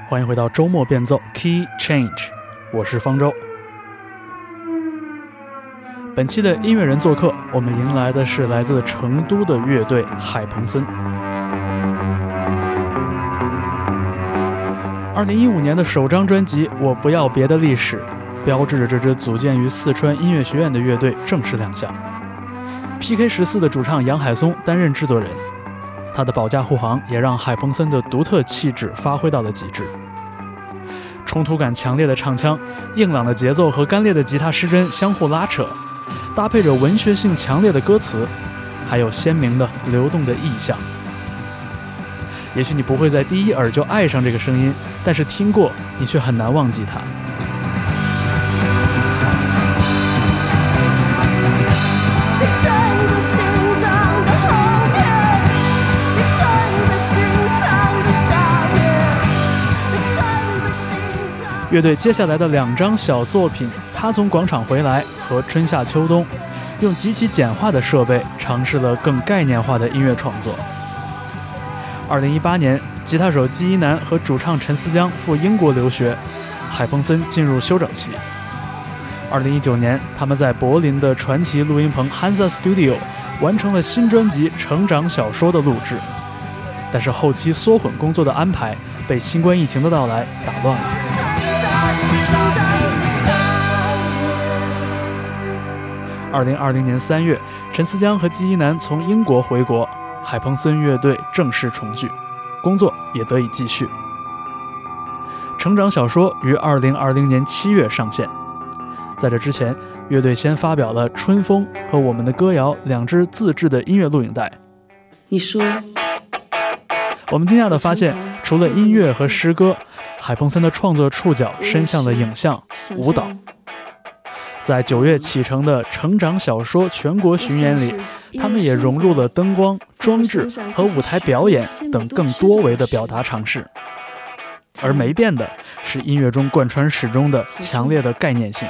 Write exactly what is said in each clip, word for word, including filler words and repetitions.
欢迎回到周末变奏 Key Change， 我是方舟。本期的音乐人做客，我们迎来的是来自成都的乐队海鹏森。二零一五年的首张专辑《我不要别的历史》，标志着这支组建于四川音乐学院的乐队正式亮相。P K 十四 的主唱杨海松担任制作人，他的保驾护航也让海鹏森的独特气质发挥到了极致。冲突感强烈的唱腔、硬朗的节奏和干裂的吉他失真相互拉扯，搭配着文学性强烈的歌词，还有鲜明的流动的意象。也许你不会在第一耳就爱上这个声音，但是听过你却很难忘记它。乐队接下来的两张小作品《他从广场回来》和《春夏秋冬》，用极其简化的设备尝试了更概念化的音乐创作。二零一八年，吉他手纪一男和主唱陈思江赴英国留学，海鹏森进入休整期。二零一九年，他们在柏林的传奇录音棚 Hansa Studio 完成了新专辑《成长小说》的录制，但是后期缩混工作的安排被新冠疫情的到来打乱了。二零二零年三月，陈思江和纪一男从英国回国，海鹏森乐队正式重聚，工作也得以继续。成长小说于二零二零年七月上线，在这之前，乐队先发表了《春风》和《我们的歌谣》两支自制的音乐录影带。 你说， 我们惊讶地发现，除了音乐和诗歌，海鹏森的创作触角伸向了影像、舞蹈。在九月启程的成长小说全国巡演里，他们也融入了灯光、装置和舞台表演等更多维的表达尝试。而没变的是音乐中贯穿始终的强烈的概念性。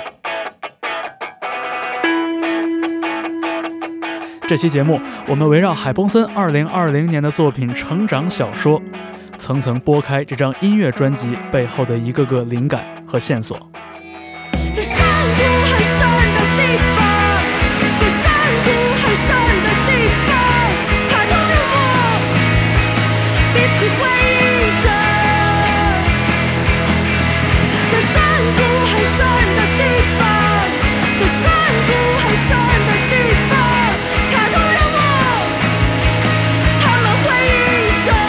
这期节目，我们围绕海鹏森二零二零年的作品《成长小说》，层层拨开这张音乐专辑背后的一个个灵感和线索。 在山谷很深的地方，在山谷很深的地方，他都与我彼此回应着。在山谷很深的地方，在山谷很深的地方，他都与我，他们回应着。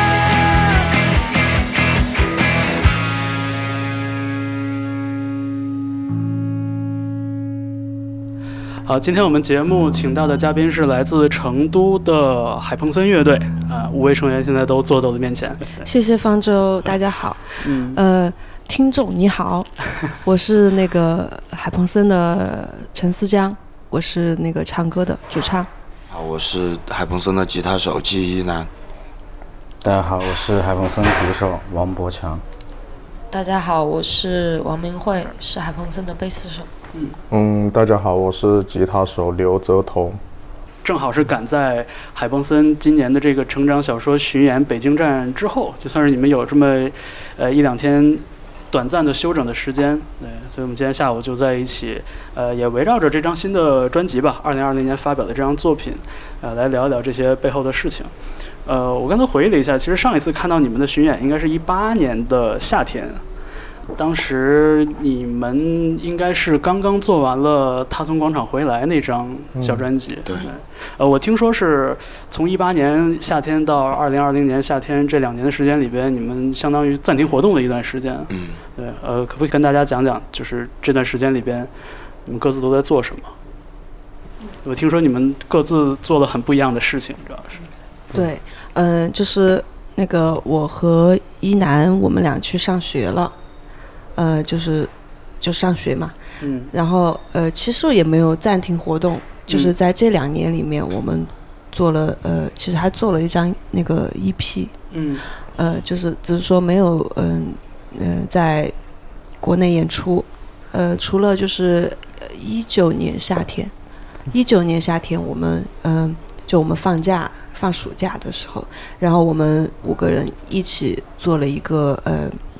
好，今天我们节目请到的嘉宾是来自成都的海鹏森乐队，啊、呃，五位成员现在都坐在我的面前。 谢谢方舟，大家好。 嗯， 呃，听众你好，我是那个海鹏森的陈思江，我是那个唱歌的主唱。 好，我是海鹏森的吉他手纪一男。 大家好，我是海鹏森鼓手王博强。 大家好，我是王明慧，是海鹏森的贝斯手。 嗯嗯，大家好，我是吉他手刘泽彤。 正好是赶在海鹏森今年的这个成长小说巡演北京站之后，就算是你们有这么呃一两天短暂的休整的时间，对，所以我们今天下午就在一起，呃，也围绕着这张新的专辑吧，二零二零年发表的这张作品，呃，来聊一聊这些背后的事情。呃，我刚才回忆了一下，其实上一次看到你们的巡演应该是一八年的夏天。当时你们应该是刚刚做完了《他从广场回来》那张小专辑， 嗯、对, 对。 呃，我听说是从一八年夏天到二零二零年夏天这两年的时间里边，你们相当于暂停活动了一段时间。 嗯， 对。呃，可不可以跟大家讲讲，就是这段时间里边，你们各自都在做什么？我听说你们各自做了很不一样的事情，主要是。 对，嗯、呃，就是那个我和一男，我们俩去上学了。呃，就是就上学嘛， 嗯， 然后呃，其实也没有暂停活动，就是在这两年里面，我们做了呃，其实还做了一张那个 E P， 嗯， 呃，就是只是说没有嗯嗯、呃、在国内演出，呃，除了就是一九年夏天，一九年夏天我们嗯、呃、就我们放假放暑假的时候，然后我们五个人一起做了一个呃。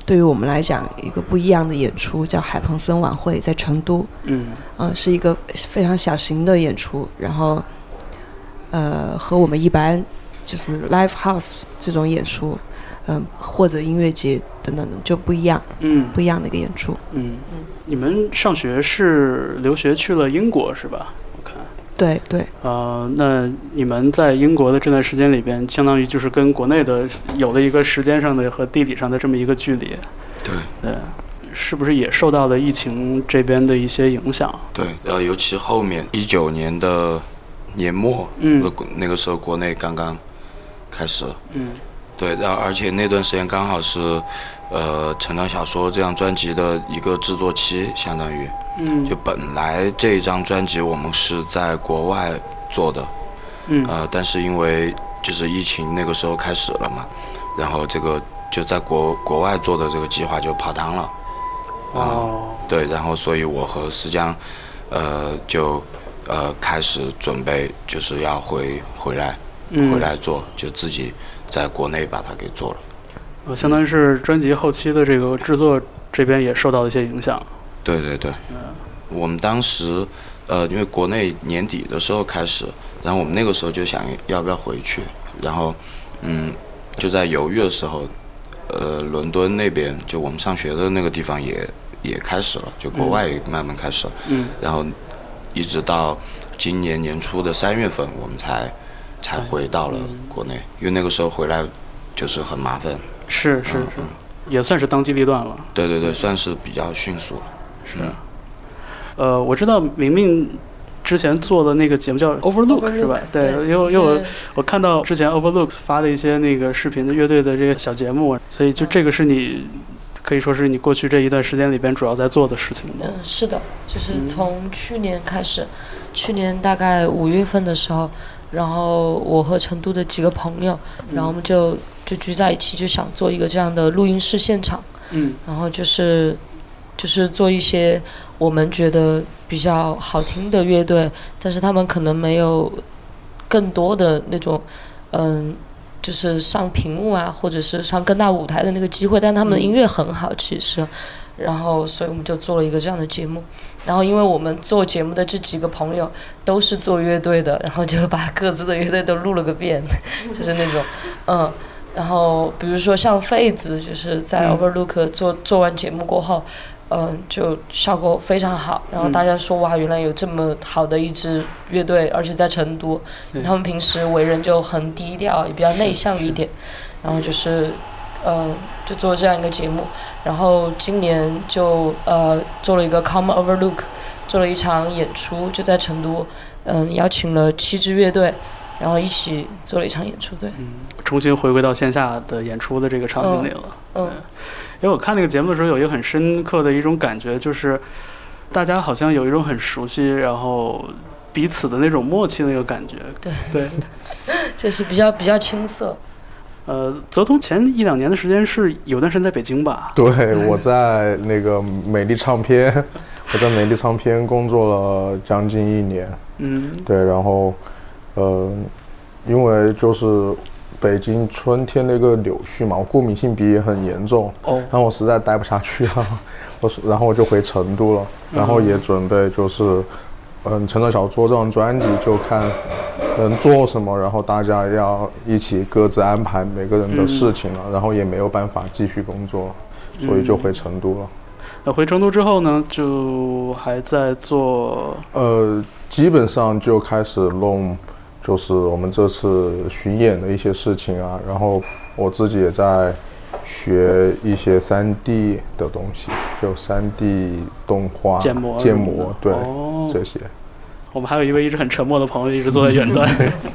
对于我们来讲一个不一样的演出，叫海鹏森晚会，在成都， 嗯， 呃，是一个非常小型的演出，然后，呃，和我们一般就是 live house 这种演出，嗯、呃，或者音乐节等等的就不一样， 嗯， 不一样的一个演出。 嗯，你们上学是留学去了英国是吧？我看。 对对。 呃，那你们在英国的这段时间里边，相当于就是跟国内的有了一个时间上的和地理上的这么一个距离。 对。 对。是不是也受到了疫情这边的一些影响？ 对，呃，尤其后面一九年的年末， 嗯， 那个时候国内刚刚开始， 嗯， 对，然后而且那段时间刚好是，呃，成长小说这张专辑的一个制作期，相当于， 嗯， 就本来这一张专辑我们是在国外做的， 嗯， 呃，但是因为就是疫情那个时候开始了嘛，然后这个就在国国外做的这个计划就泡汤了。 哦、 嗯，对，然后所以我和思江，呃，就呃开始准备，就是要回回来， 嗯、 回来做，就自己在国内把它给做了。 呃，相当于是专辑后期的这个制作这边也受到了一些影响。 对对对， 嗯， 我们当时呃，因为国内年底的时候开始，然后我们那个时候就想要不要回去，然后嗯，就在犹豫的时候，呃，伦敦那边就我们上学的那个地方也。也开始了，就国外也慢慢开始了， 嗯， 然后一直到今年年初的三月份，我们才才回到了国内，因为那个时候回来就是很麻烦， 是是是、 嗯， 也算是当机立断了， 对对对，算是比较迅速了， 是，嗯、呃，我知道明明之前做的那个节目叫 Overlook, Overlook 是吧？对，因为因为我我看到之前 Overlook 发的一些那个视频的乐队的这个小节目，所以就这个是你。可以说是你过去这一段时间里边主要在做的事情吗？ 嗯，是的，就是从去年开始，嗯、去年大概五月份的时候，然后我和成都的几个朋友，然后我们就就聚在一起，就想做一个这样的录音室现场， 嗯， 然后就是就是做一些我们觉得比较好听的乐队，但是他们可能没有更多的那种，嗯。就是上屏幕啊，或者是上更大舞台的那个机会，但他们的音乐很好，其实，然后所以我们就做了一个这样的节目。然后因为我们做节目的这几个朋友都是做乐队的，然后就把各自的乐队都录了个遍，就是那种，嗯，然后比如说像痱子，就是在 Overlook 做做完节目过后。嗯，就效果非常好，然后大家说、嗯、哇，原来有这么好的一支乐队，而且在成都，他们平时为人就很低调，也比较内向一点，然后就是，嗯，就做这样一个节目，然后今年就呃做了一个 Come Overlook， 做了一场演出，就在成都，嗯，邀请了七支乐队，然后一起做了一场演出，对， 嗯，重新回归到线下的演出的这个场景里了， 嗯。嗯因为我看那个节目的时候，有一个很深刻的一种感觉，就是大家好像有一种很熟悉，然后彼此的那种默契的那个感觉。 对对， 就是比较比较青涩。 呃，泽通前一两年的时间是有段时间在北京吧？ 对，我在那个美丽唱片，我在美丽唱片工作了将近一年。 嗯， 对，然后，呃，因为就是。北京春天那个柳絮嘛，我过敏性鼻炎很严重， 哦， 然后我实在待不下去了，我然后我就回成都了，然后也准备就是，嗯，成长小说这张专辑就看能做什么，然后大家要一起各自安排每个人的事情了，嗯、然后也没有办法继续工作，所以就回成都了。 那、嗯、回成都之后呢，就还在做， 呃，基本上就开始弄。就是我们这次巡演的一些事情啊，然后我自己也在学一些 三 D 的东西，就 三 D 动画、 建模、 建模，对、 哦、 这些。 我们还有一位一直很沉默的朋友，一直坐在远端。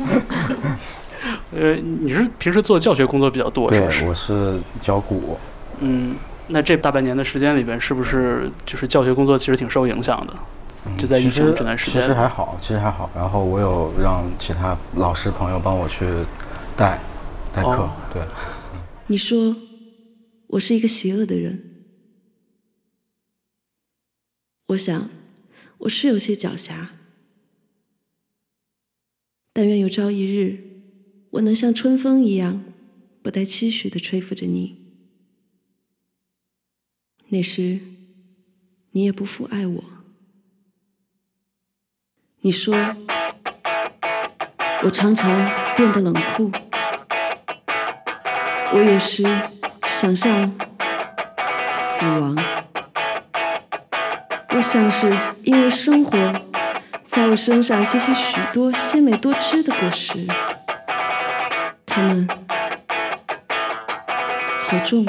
呃，你是平时做教学工作比较多，是不是？ 对，我是教鼓。 嗯，那这大半年的时间里边，是不是就是教学工作其实挺受影响的？就在疫情这段时间、 嗯、其实还好，其实还好。然后我有让其他老师朋友帮我去带带课、哦，对。 你说我是一个邪恶的人，我想我是有些狡黠，但愿有朝一日，我能像春风一样不带期许地吹拂着你。 那时你也不复爱我。你说我常常变得冷酷，我有时想象死亡。我想是因为生活在我身上结下许多鲜美多汁的果实，它们好重。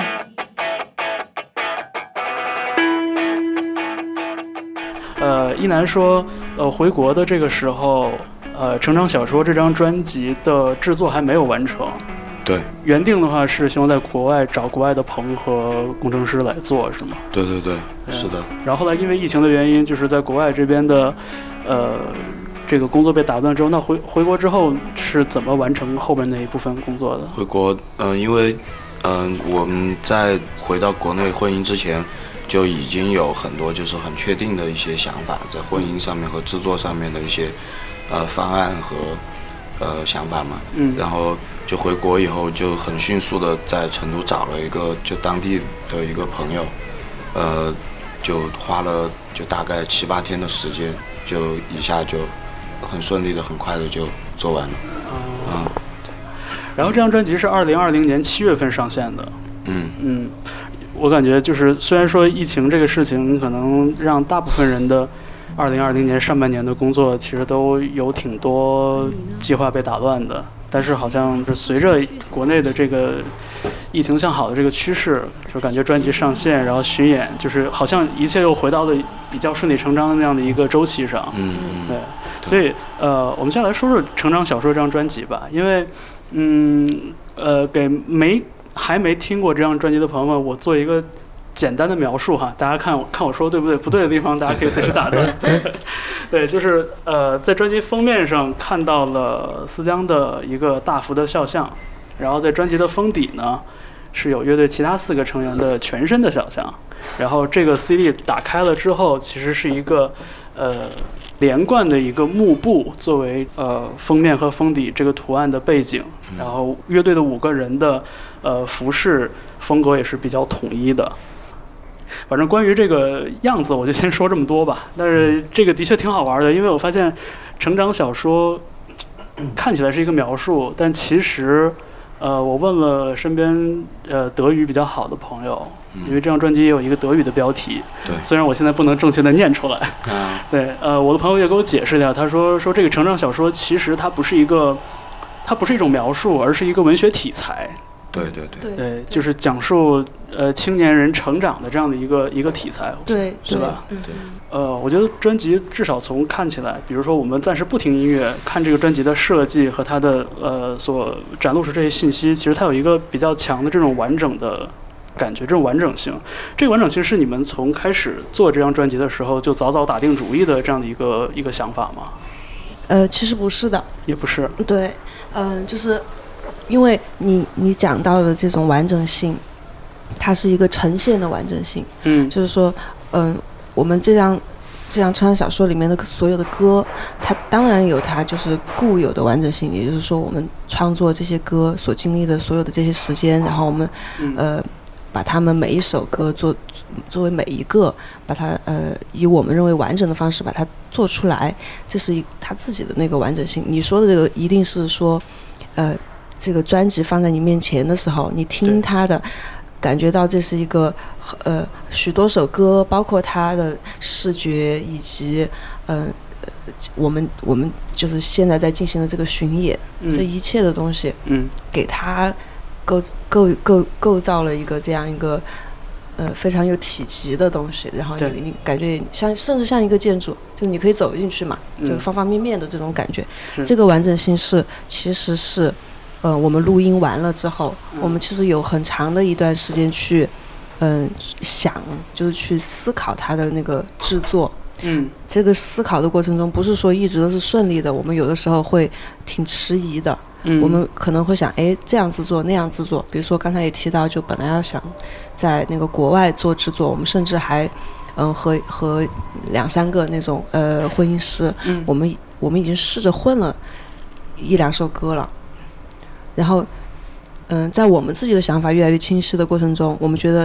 呃，一楠说，呃，回国的这个时候，呃，成长小说这张专辑的制作还没有完成。 对， 原定的话是希望在国外找国外的棚和工程师来做，是吗？ 对对对，是的。 然后后来因为疫情的原因，就是在国外这边的，呃，这个工作被打断之后，那回回国之后是怎么完成后面那一部分工作的？ 回国，嗯、呃，因为，嗯、呃，我们在回到国内婚姻之前，就已经有很多就是很确定的一些想法，在婚姻上面和制作上面的一些，呃，方案和，呃，想法嘛。嗯。然后就回国以后，就很迅速的在成都找了一个就当地的一个朋友，呃，就花了就大概七八天的时间，就一下就很顺利的、很快的就做完了。嗯。 然后这张专辑是二零二零年七月份上线的。嗯嗯。我感觉就是，虽然说疫情这个事情可能让大部分人的二零二零年上半年的工作其实都有挺多计划被打乱的，但是好像是随着国内的这个疫情向好的这个趋势，就感觉专辑上线，然后巡演，就是好像一切又回到了比较顺理成章的那样的一个周期上。嗯，对。所以呃，我们先来说说《成长小说》这张专辑吧，因为嗯呃，给没。还没听过这张专辑的朋友们，我做一个简单的描述哈，大家看我看我说对不对？不对的地方大家可以随时打断。对，就是呃，在专辑封面上看到了思江的一个大幅的肖像，然后在专辑的封底呢是有乐队其他四个成员的全身的肖像，然后这个 C D 打开了之后，其实是一个呃连贯的一个幕布作为呃封面和封底这个图案的背景，然后乐队的五个人的呃服饰风格也是比较统一的。反正关于这个样子我就先说这么多吧，但是这个的确挺好玩的，因为我发现成长小说看起来是一个描述，但其实呃我问了身边呃德语比较好的朋友，因为这张专辑也有一个德语的标题，对，虽然我现在不能正确的念出来，啊、对，呃，我的朋友也给我解释了，他说说这个成长小说其实它不是一个，它不是一种描述，而是一个文学题材， 对对对， 对，就是讲述呃青年人成长的这样的一个一个题材， 对， 是吧？ 对， 呃，我觉得专辑至少从看起来，比如说我们暂时不听音乐，看这个专辑的设计和它的呃所展露出这些信息，其实它有一个比较强的这种完整的感觉，这种完整性，这个完整性是你们从开始做这张专辑的时候就早早打定主意的这样的一个一个想法吗？ 呃，其实不是的， 也不是。 对，嗯、呃，就是因为你你讲到的这种完整性，它是一个呈现的完整性，嗯，就是说，嗯、呃，我们这张这张成长小说里面的所有的歌，它当然有它就是固有的完整性，也就是说，我们创作这些歌所经历的所有的这些时间，然后我们，嗯、呃。把他们每一首歌做作为每一个，把它呃以我们认为完整的方式把它做出来，这是一他自己的那个完整性。你说的这个一定是说，呃，这个专辑放在你面前的时候，你听它的，感觉到这是一个呃许多首歌，包括它的视觉以及嗯、呃、我们我们就是现在在进行的这个巡演，嗯、这一切的东西，嗯，给它。构构构构造了一个这样一个呃非常有体积的东西，然后你你感觉像甚至像一个建筑，就你可以走进去嘛，就方方面面的这种感觉。嗯、这个完整性是其实是呃我们录音完了之后，嗯、我们其实有很长的一段时间去嗯、呃、想，就是去思考它的那个制作。嗯，这个思考的过程中，不是说一直都是顺利的，我们有的时候会挺迟疑的。嗯，我们可能会想，哎，这样制作那样制作。比如说刚才也提到，就本来要想在那个国外做制作，我们甚至还，嗯，和和两三个那种呃混音师，嗯，我们我们已经试着混了一两首歌了。然后，嗯，在我们自己的想法越来越清晰的过程中，我们觉得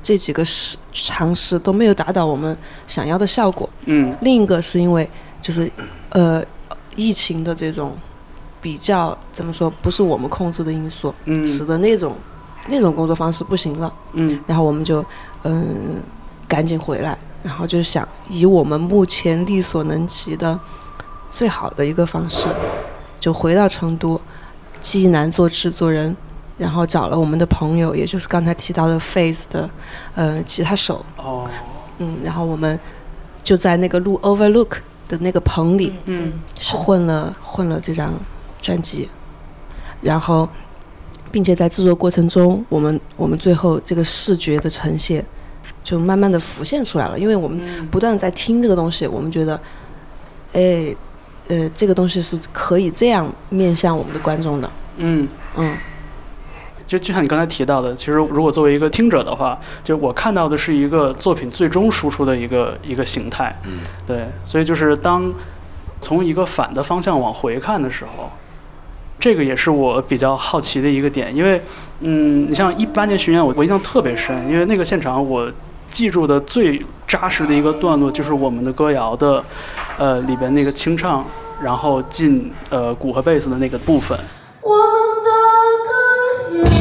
这几个试尝试都没有达到我们想要的效果。 嗯， 另一个是因为就是呃疫情的这种比较怎么说，不是我们控制的因素， 嗯， 使得那种那种工作方式不行了。 嗯， 然后我们就嗯、呃、赶紧回来，然后就想以我们目前力所能及的最好的一个方式，就回到成都，济南做制作人，然后找了我们的朋友，也就是刚才提到的 Phase 的呃吉他手。 哦， 嗯，然后我们就在那个录 Overlook 的那个棚里， 嗯， 混了混了这张专辑，然后并且在制作过程中，我们我们最后这个视觉的呈现就慢慢的浮现出来了，因为我们不断的在听这个东西，我们觉得，哎，呃，这个东西是可以这样面向我们的观众的。 嗯嗯。 就就像你刚才提到的，其实如果作为一个听者的话，就我看到的是一个作品最终输出的一个一个形态。 嗯， 对，所以就是当从一个反的方向往回看的时候，这个也是我比较好奇的一个点，因为嗯，你像一八年巡演，我我印象特别深，因为那个现场我记住的最扎实的一个段落就是我们的歌谣的呃里边那个清唱，然后进呃鼓和贝斯的那个部分。 我们的歌谣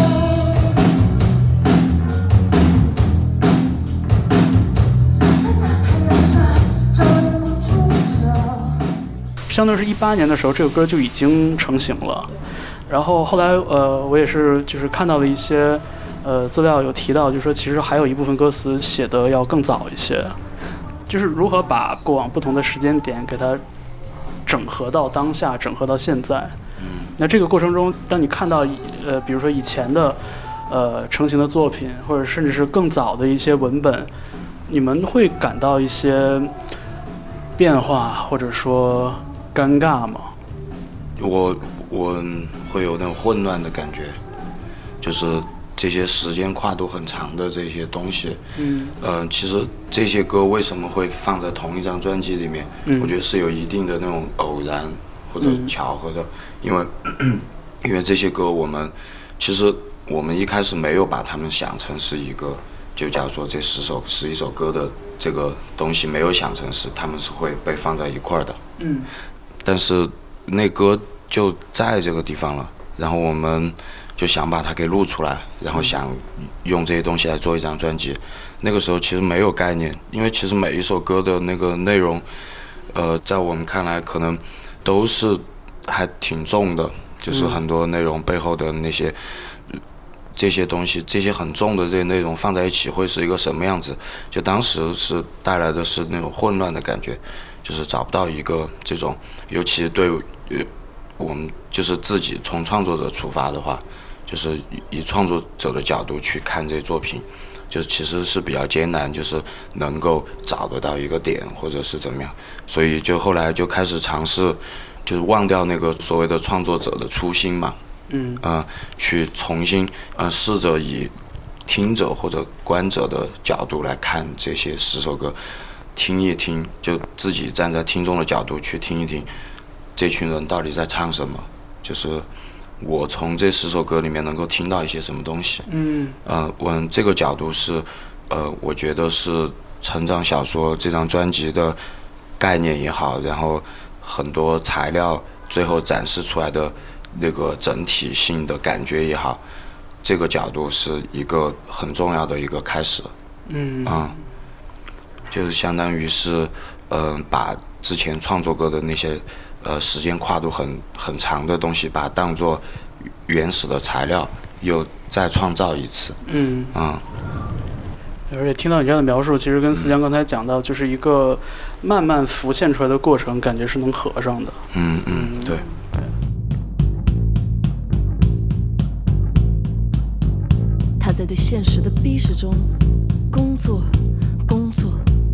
在那太阳下站不住脚。 相当于是一八年的时候，这个歌就已经成型了。然后后来呃，我也是就是看到了一些呃资料有提到，就是说其实还有一部分歌词写的要更早一些，就是如何把过往不同的时间点给它整合到当下，整合到现在。那这个过程中，当你看到呃，比如说以前的呃成型的作品，或者甚至是更早的一些文本，你们会感到一些变化，或者说尴尬吗？ 我我会有那种混乱的感觉，就是这些时间跨度很长的这些东西， 嗯， 呃，其实这些歌为什么会放在同一张专辑里面？ 嗯， 我觉得是有一定的那种偶然或者巧合的， 嗯、 因为因为这些歌我们其实我们一开始没有把它们想成是一个，就假如说这十首十一首歌的这个东西没有想成是他们是会被放在一块儿的， 嗯， 但是那歌就在这个地方了，然后我们就想把它给录出来，然后想用这些东西来做一张专辑。那个时候其实没有概念，因为其实每一首歌的那个内容，呃，在我们看来可能都是还挺重的，就是很多内容背后的那些、嗯、这些东西，这些很重的这些内容放在一起会是一个什么样子？就当时是带来的是那种混乱的感觉，就是找不到一个这种，尤其对呃我们就是自己从创作者出发的话，就是以创作者的角度去看这作品，就其实是比较艰难，就是能够找得到一个点或者是怎么样，所以就后来就开始尝试，就是忘掉那个所谓的创作者的初心嘛， 嗯， 呃，去重新呃试着以听者或者观者的角度来看这些十首歌，听一听，就自己站在听众的角度去听一听。这群人到底在唱什么？就是我从这十首歌里面能够听到一些什么东西。 嗯， 呃，我这个角度是，呃，我觉得是成长小说这张专辑的概念也好，然后很多材料最后展示出来的那个整体性的感觉也好，这个角度是一个很重要的一个开始。 嗯， 嗯，就是相当于是，嗯、呃，把之前创作过的那些。呃，时间跨度很很长的东西，把它当作原始的材料，又再创造一次。 嗯嗯。 而且听到你这样的描述，其实跟思江刚才讲到，就是一个慢慢浮现出来的过程，感觉是能合上的。 嗯嗯，对。 他在对现实的逼视中工作，工作。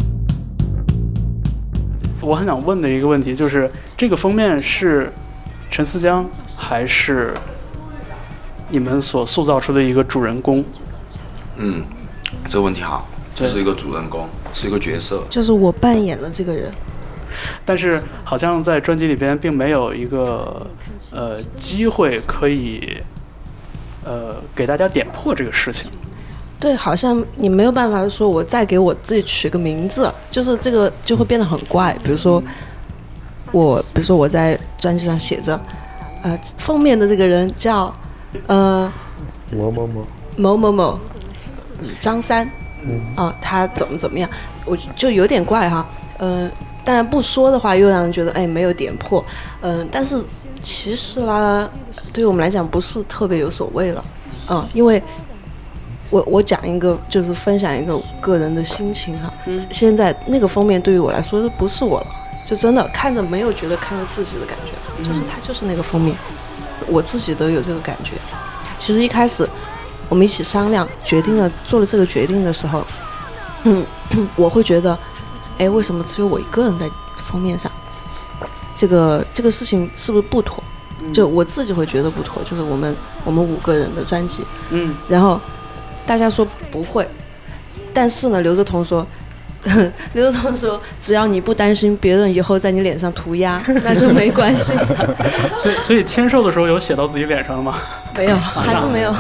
我很想问的一个问题就是，这个封面是陈思江还是你们所塑造出的一个主人公？ 嗯，这个问题好，就是一个主人公，是一个角色， 就是我扮演了这个人。 但是好像在专辑里边并没有一个呃机会可以呃给大家点破这个事情。 对，好像你没有办法说我再给我自己取个名字，就是这个就会变得很怪。比如说我，比如说我在专辑上写着，呃，封面的这个人叫呃某某某某某某张三， 嗯啊、呃，他怎么怎么样，我就有点怪哈，嗯、呃。当然不说的话，又让人觉得哎没有点破，嗯、呃，但是其实啦，对于我们来讲不是特别有所谓了，嗯、呃，因为我我讲一个就是分享一个个人的心情哈，嗯、现在那个封面对于我来说不是我了，就真的看着没有觉得看着自己的感觉，嗯、就是它就是那个封面，我自己都有这个感觉。其实一开始我们一起商量决定了做了这个决定的时候，嗯，我会觉得。哎，为什么只有我一个人在封面上？这个这个事情是不是不妥？就我自己会觉得不妥，就是我们我们五个人的专辑，嗯，然后大家说不会，但是呢，刘泽彤说，刘泽彤说，只要你不担心别人以后在你脸上涂鸦，那就没关系。 所以所以签售的时候有写到自己脸上了吗？ 没有，还是没有。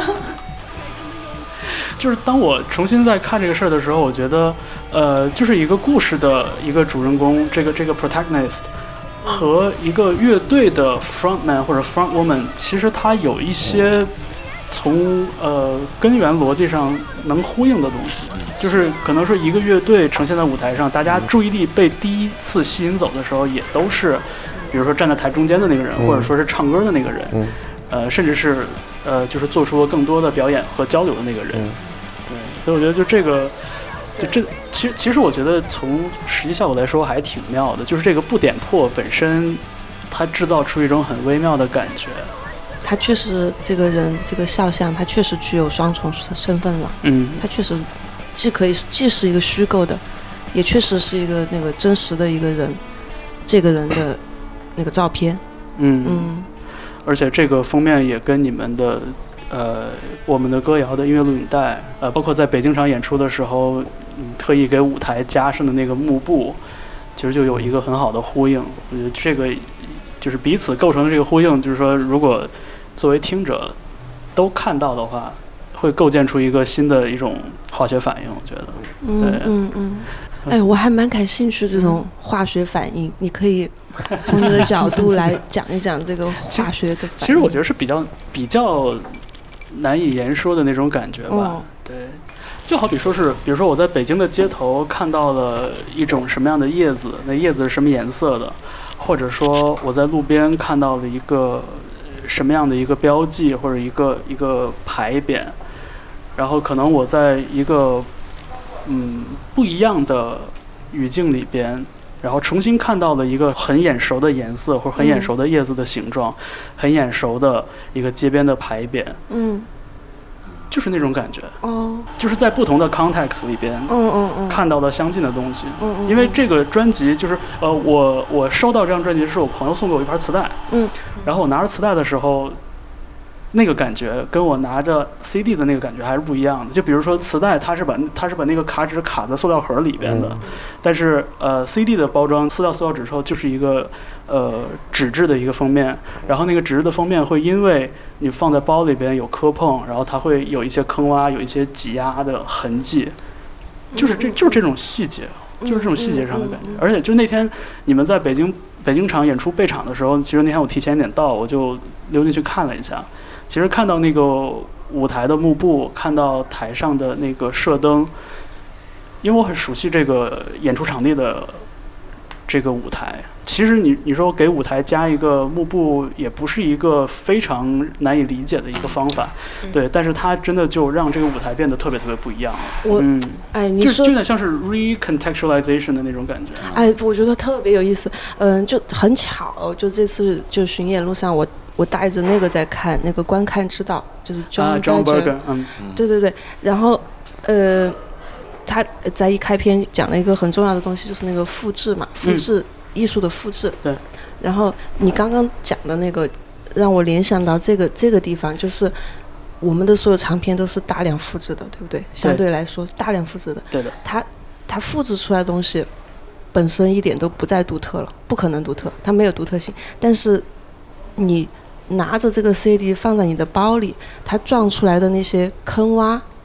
就是当我重新在看这个事儿的时候，我觉得，呃，就是一个故事的一个主人公，这个这个 protagonist 和一个乐队的 frontman 或者 frontwoman， 其实它有一些从呃根源逻辑上能呼应的东西，就是可能说一个乐队呈现在舞台上，大家注意力被第一次吸引走的时候，也都是，比如说站在台中间的那个人，或者说是唱歌的那个人，呃，甚至是呃，就是做出了更多的表演和交流的那个人。对，所以我觉得就这个，就这其实其实我觉得从实际效果来说还挺妙的，就是这个不点破本身，它制造出一种很微妙的感觉。 他确实这个人这个肖像，他确实具有双重身份了。嗯，他确实既可以既是一个虚构的，也确实是一个那个真实的一个人，这个人的那个照片。嗯嗯， 而且这个封面也跟你们的。呃，我们的歌谣的音乐录影带，呃，包括在北京场演出的时候，嗯，特意给舞台加上的那个幕布，其实就有一个很好的呼应。我觉得这个就是彼此构成的这个呼应，就是说，如果作为听者都看到的话，会构建出一个新的一种化学反应。我觉得，对， 嗯嗯嗯。哎，我还蛮感兴趣这种化学反应，你可以从你的角度来讲一讲这个化学的反应。 其实我觉得是比较比较。难以言说的那种感觉吧，哦、对，就好比说是，比如说我在北京的街头看到了一种什么样的叶子，那叶子是什么颜色的，或者说我在路边看到了一个什么样的一个标记或者一个一个牌匾，然后可能我在一个嗯不一样的语境里边。然后重新看到了一个很眼熟的颜色，或者很眼熟的叶子的形状，嗯、很眼熟的一个街边的牌匾，嗯，就是那种感觉，哦，就是在不同的 context 里边，嗯嗯嗯，看到了相近的东西，嗯嗯，因为这个专辑就是，呃，我我收到这张专辑是我朋友送给我一盘磁带，嗯，然后我拿着磁带的时候。那个感觉跟我拿着 C D 的那个感觉还是不一样的。就比如说磁带，它是把它是把那个卡纸卡在塑料盒里边的，嗯、但是呃 C D 的包装撕掉塑料纸之后就是一个呃纸质的一个封面，然后那个纸质的封面会因为你放在包里边有磕碰，然后它会有一些坑洼，有一些挤压的痕迹，就是这就是这种细节，就是这种细节上的感觉。而且就那天你们在北京北京场演出备场的时候，其实那天我提前一点到，我就溜进去看了一下。其实看到那个舞台的幕布，看到台上的那个射灯，因为我很熟悉这个演出场地的这个舞台。其实你你说给舞台加一个幕布，也不是一个非常难以理解的一个方法，嗯、对。但是它真的就让这个舞台变得特别特别不一样。 我嗯， 哎，你说就有点像是 recontextualization 的那种感觉。 哎，我觉得特别有意思。嗯，就很巧，就这次就巡演路上我。我带着那个在看那个观看之道，就是 John Berger，、啊、嗯，对对对，然后呃，他在一开篇讲了一个很重要的东西，就是那个复制嘛，复制、嗯、艺术的复制。 对。 然后你刚刚讲的那个，让我联想到这个这个地方，就是我们的所有唱片都是大量复制的，对不对？相对来说，大量复制的。 对的。 它它复制出来的东西本身一点都不再独特了，不可能独特，它没有独特性，但是你。拿着这个 C D 放在你的包里，它撞出来的那些坑洼，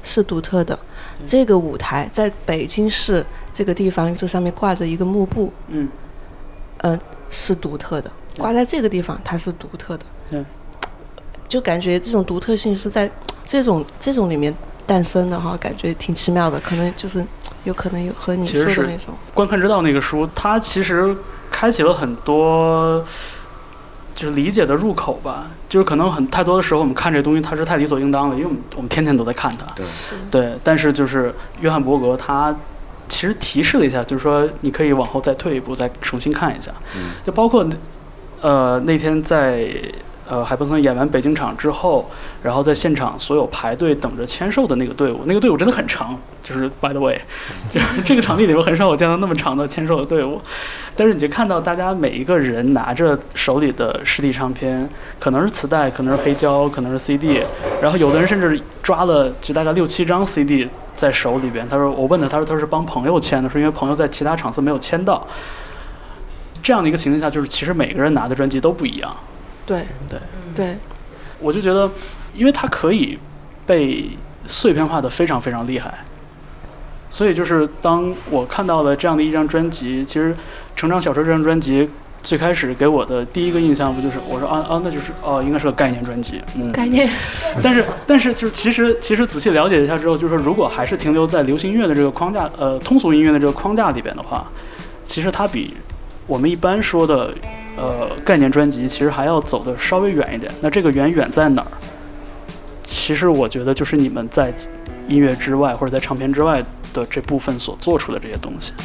是独特的。这个舞台在北京市这个地方，这上面挂着一个幕布， 嗯， 呃，是独特的，挂在这个地方它是独特的， 对， 就感觉这种独特性是在这种这种里面诞生的哈，感觉挺奇妙的，可能就是有可能有和你说的那种观看之道那个书，它其实开启了很多就是理解的入口吧，就是可能很太多的时候我们看这东西它是太理所应当了，因为我们我们天天都在看它， 对对，但是就是约翰伯格他其实提示了一下，就是说你可以往后再退一步，再重新看一下， 嗯， 就包括呃那天在呃海伯森演完北京场之后，然后在现场所有排队等着签售的那个队伍，那个队伍真的很长，就是 by the way， 就是这个场地里面很少我见到那么长的签售的队伍，但是你就看到大家每一个人拿着手里的实体唱片，可能是磁带，可能是黑胶，可能是 C D， 然后有的人甚至抓了就大概六七张 C D 在手里边。他说，我问他，他说他是帮朋友签的，是因为朋友在其他场次没有签到。这样的一个情况下，就是其实每个人拿的专辑都不一样。 对对对， 我就觉得，因为它可以被碎片化的非常非常厉害，所以就是当我看到了这样的一张专辑，其实《成长小车》这张专辑最开始给我的第一个印象不就是我说啊啊，那就是哦，应该是个概念专辑，嗯， 概念。 但是但是就是其实其实仔细了解一下之后，就是如果还是停留在流行音乐的这个框架，呃，通俗音乐的这个框架里边的话，其实它比我们一般说的呃概念专辑其实还要走的稍微远一点。那这个远远在哪儿？其实我觉得就是你们在音乐之外或者在唱片之外的这部分所做出的这些东西。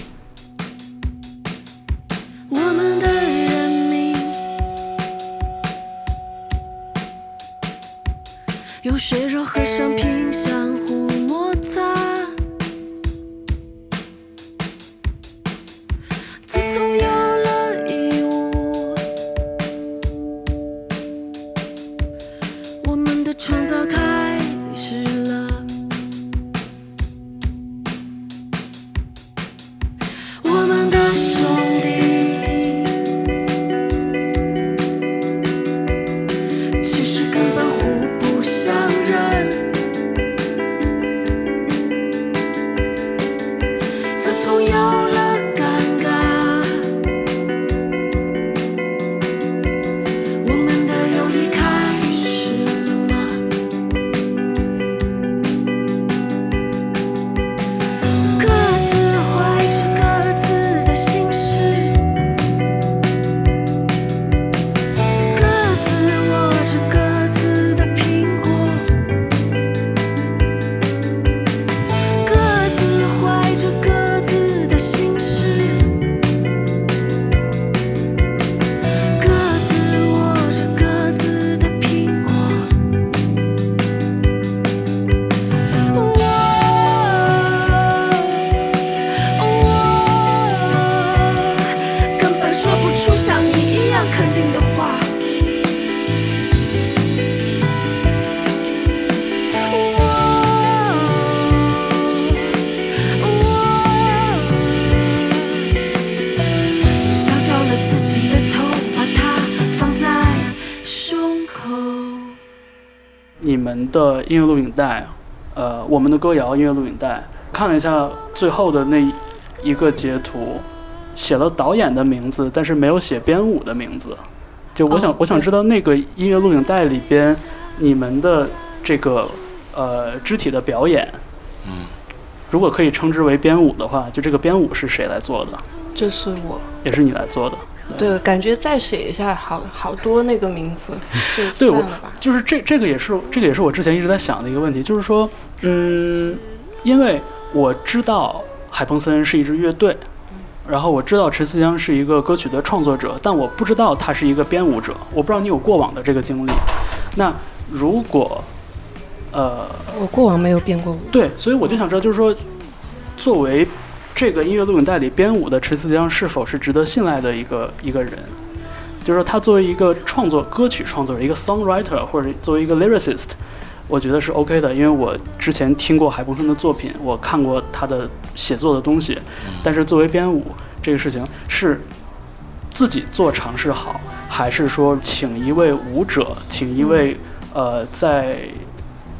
我们的人民用血肉和生命相互摩擦，自从有了义务，我们的创造开始了。我们的兄弟其实根本互不相认，自从有了尴尬，我们的友谊开始了吗？各自怀着各自的心事，各自握着各自的苹果，各自怀着各自的心事，各自握着各自的苹果。我根本说不出像你一样肯定的话。烧掉了自己的头，把它放在胸口。 你们的音乐录影带，呃，我们的歌谣音乐录影带，看了一下最后的那一个截图，写了导演的名字，但是没有写编舞的名字。就我想， 哦我想知道那个音乐录影带里边，你们的这个呃肢体的表演， 嗯， 如果可以称之为编舞的话，就这个编舞是谁来做的？ 就是我。 也是你来做的。 对，感觉再写一下好好多那个名字，就对，我算了吧。 就是这这个也是这个也是我之前一直在想的一个问题，就是说，嗯，因为我知道海彭森是一支乐队，然后我知道陈思江是一个歌曲的创作者，但我不知道他是一个编舞者，我不知道你有过往的这个经历。那如果，呃， 我过往没有编过舞。 对，所以我就想知道，就是说，作为这个音乐录影带里编舞的陈思江是否是值得信赖的一个一个人？就是说，他作为一个创作歌曲创作者，一个 songwriter， 或者作为一个 lyricist， 我觉得是 OK 的，因为我之前听过海彭森的作品，我看过他的写作的东西。但是作为编舞这个事情，是自己做尝试好，还是说请一位舞者，请一位呃在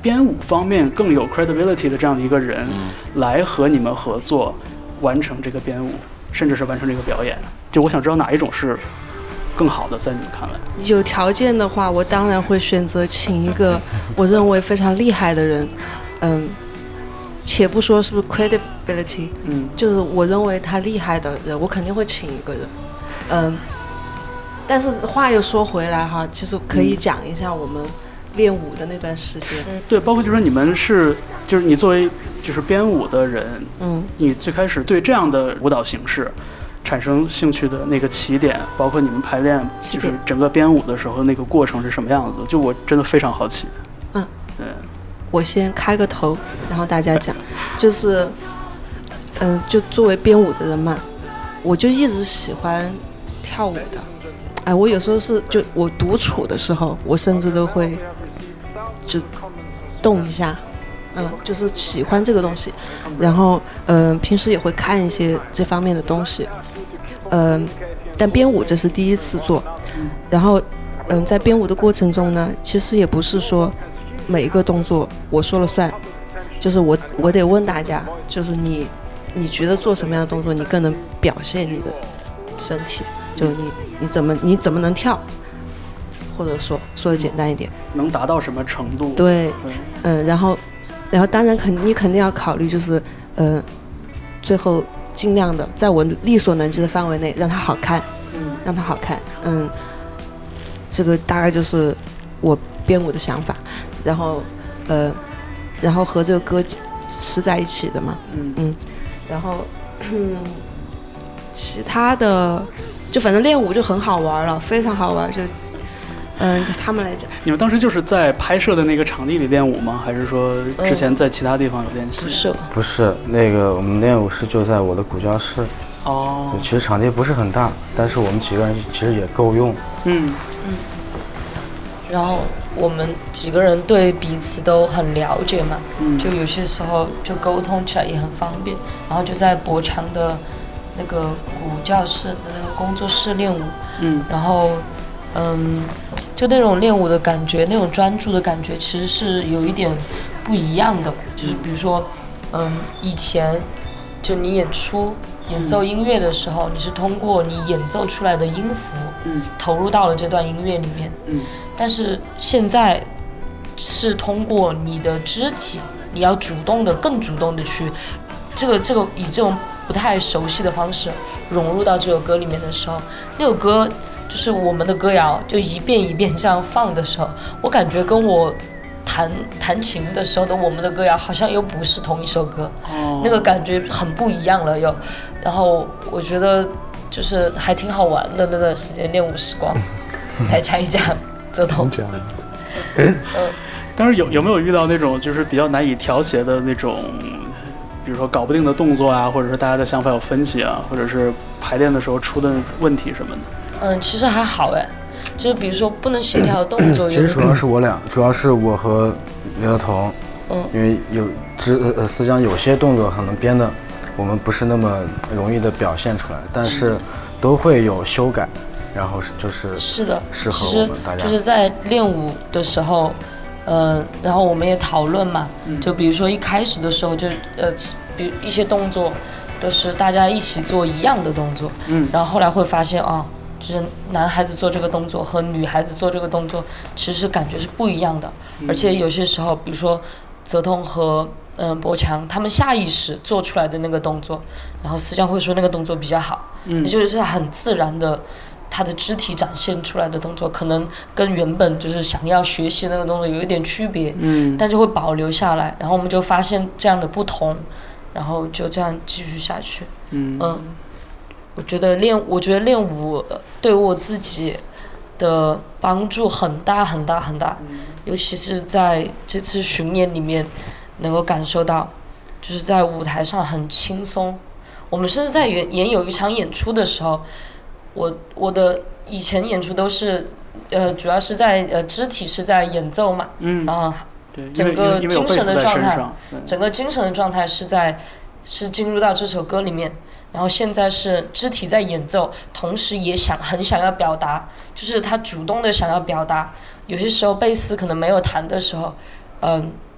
编舞方面更有 credibility 的这样的一个人， 嗯， 来和你们合作完成这个编舞，甚至是完成这个表演？就我想知道哪一种是更好的，在你们看来？ 有条件的话，我当然会选择请一个我认为非常厉害的人，嗯，且不说是不是 credibility， 嗯， 就是我认为他厉害的人，我肯定会请一个人，嗯。但是话又说回来哈，其实可以讲一下我们练舞的那段时间。 嗯、对，包括就是说你们是，就是你作为就是编舞的人， 嗯， 你最开始对这样的舞蹈形式产生兴趣的那个起点，包括你们排练就是整个编舞的时候那个过程是什么样子的？就我真的非常好奇。 嗯， 对， 我先开个头，然后大家讲，就是，嗯、呃，就作为编舞的人嘛，我就一直喜欢跳舞的。哎，我有时候是就我独处的时候，我甚至都会就动一下，嗯，就是喜欢这个东西，然后嗯、呃，平时也会看一些这方面的东西，嗯、呃，但编舞这是第一次做，然后嗯、呃，在编舞的过程中呢，其实也不是说每一个动作我说了算，就是我我得问大家，就是你你觉得做什么样的动作你更能表现你的身体。就你你怎么你怎么能跳，或者说说的简单一点， 能达到什么程度？ 对，嗯、呃，然后然后当然肯你肯定要考虑就是，呃，最后尽量的在我力所能及的范围内让它好看， 嗯， 让它好看，嗯，这个大概就是我编舞的想法，然后呃，然后和这个歌是在一起的嘛， 嗯嗯，然后嗯，其他的。就反正练舞就很好玩了，非常好玩。就，嗯，他们来讲， 你们当时就是在拍摄的那个场地里练舞吗？还是说之前在其他地方有练习？ 不是， 不是，那个我们练舞室就在我的鼓教室。 哦， 其实场地不是很大，但是我们几个人其实也够用。 嗯嗯。然后我们几个人对彼此都很了解嘛， 嗯， 就有些时候就沟通起来也很方便。然后就在博强的那个鼓教室的那个工作室练舞， 嗯， 然后，嗯，就那种练舞的感觉，那种专注的感觉，其实是有一点不一样的。就是比如说，嗯，以前就你演出演奏音乐的时候，你是通过你演奏出来的音符， 嗯， 投入到了这段音乐里面， 嗯， 但是现在是通过你的肢体，你要主动的、更主动的去，这个这个以这种不太熟悉的方式融入到这首歌里面的时候，那首歌就是我们的歌谣就一遍一遍这样放的时候，我感觉跟我弹弹琴的时候的我们的歌谣好像又不是同一首歌， 哦， 那个感觉很不一样了又。然后我觉得就是还挺好玩的那段时间练舞时光，来讲一讲泽东。 嗯，但是有有没有遇到那种就是比较难以调谐的那种？比如说搞不定的动作啊，或者是大家的想法有分歧啊，或者是排练的时候出的问题什么的。 嗯，其实还好哎，就是比如说不能协调的动作。 其实主要是我俩，主要是我和刘晓彤， 嗯， 因为有之呃思江有些动作可能编的我们不是那么容易的表现出来，但是都会有修改，然后就是是的， 适合我们大家。 就是在练舞的时候。呃，然后我们也讨论嘛，就比如说一开始的时候就呃，比如一些动作都是大家一起做一样的动作， 嗯， 然后后来会发现啊，就是男孩子做这个动作和女孩子做这个动作其实感觉是不一样的，而且有些时候，比如说泽通和嗯、呃、博强他们下意识做出来的那个动作，然后思江会说那个动作比较好， 嗯， 也就是很自然的。他的肢体展现出来的动作，可能跟原本就是想要学习那个动作有一点区别， 嗯， 但就会保留下来。然后我们就发现这样的不同，然后就这样继续下去。 嗯， 嗯，我觉得练，我觉得练舞对我自己的帮助很大很大很大， 嗯， 尤其是在这次巡演里面能够感受到，就是在舞台上很轻松。我们是在演演有一场演出的时候。我我的以前演出都是，呃，主要是在呃肢体是在演奏嘛， 嗯， 然后对， 整个精神的状态，整个精神的状态是在是进入到这首歌里面，然后现在是肢体在演奏，同时也想很想要表达，就是他主动的想要表达，有些时候贝斯可能没有弹的时候，嗯、呃，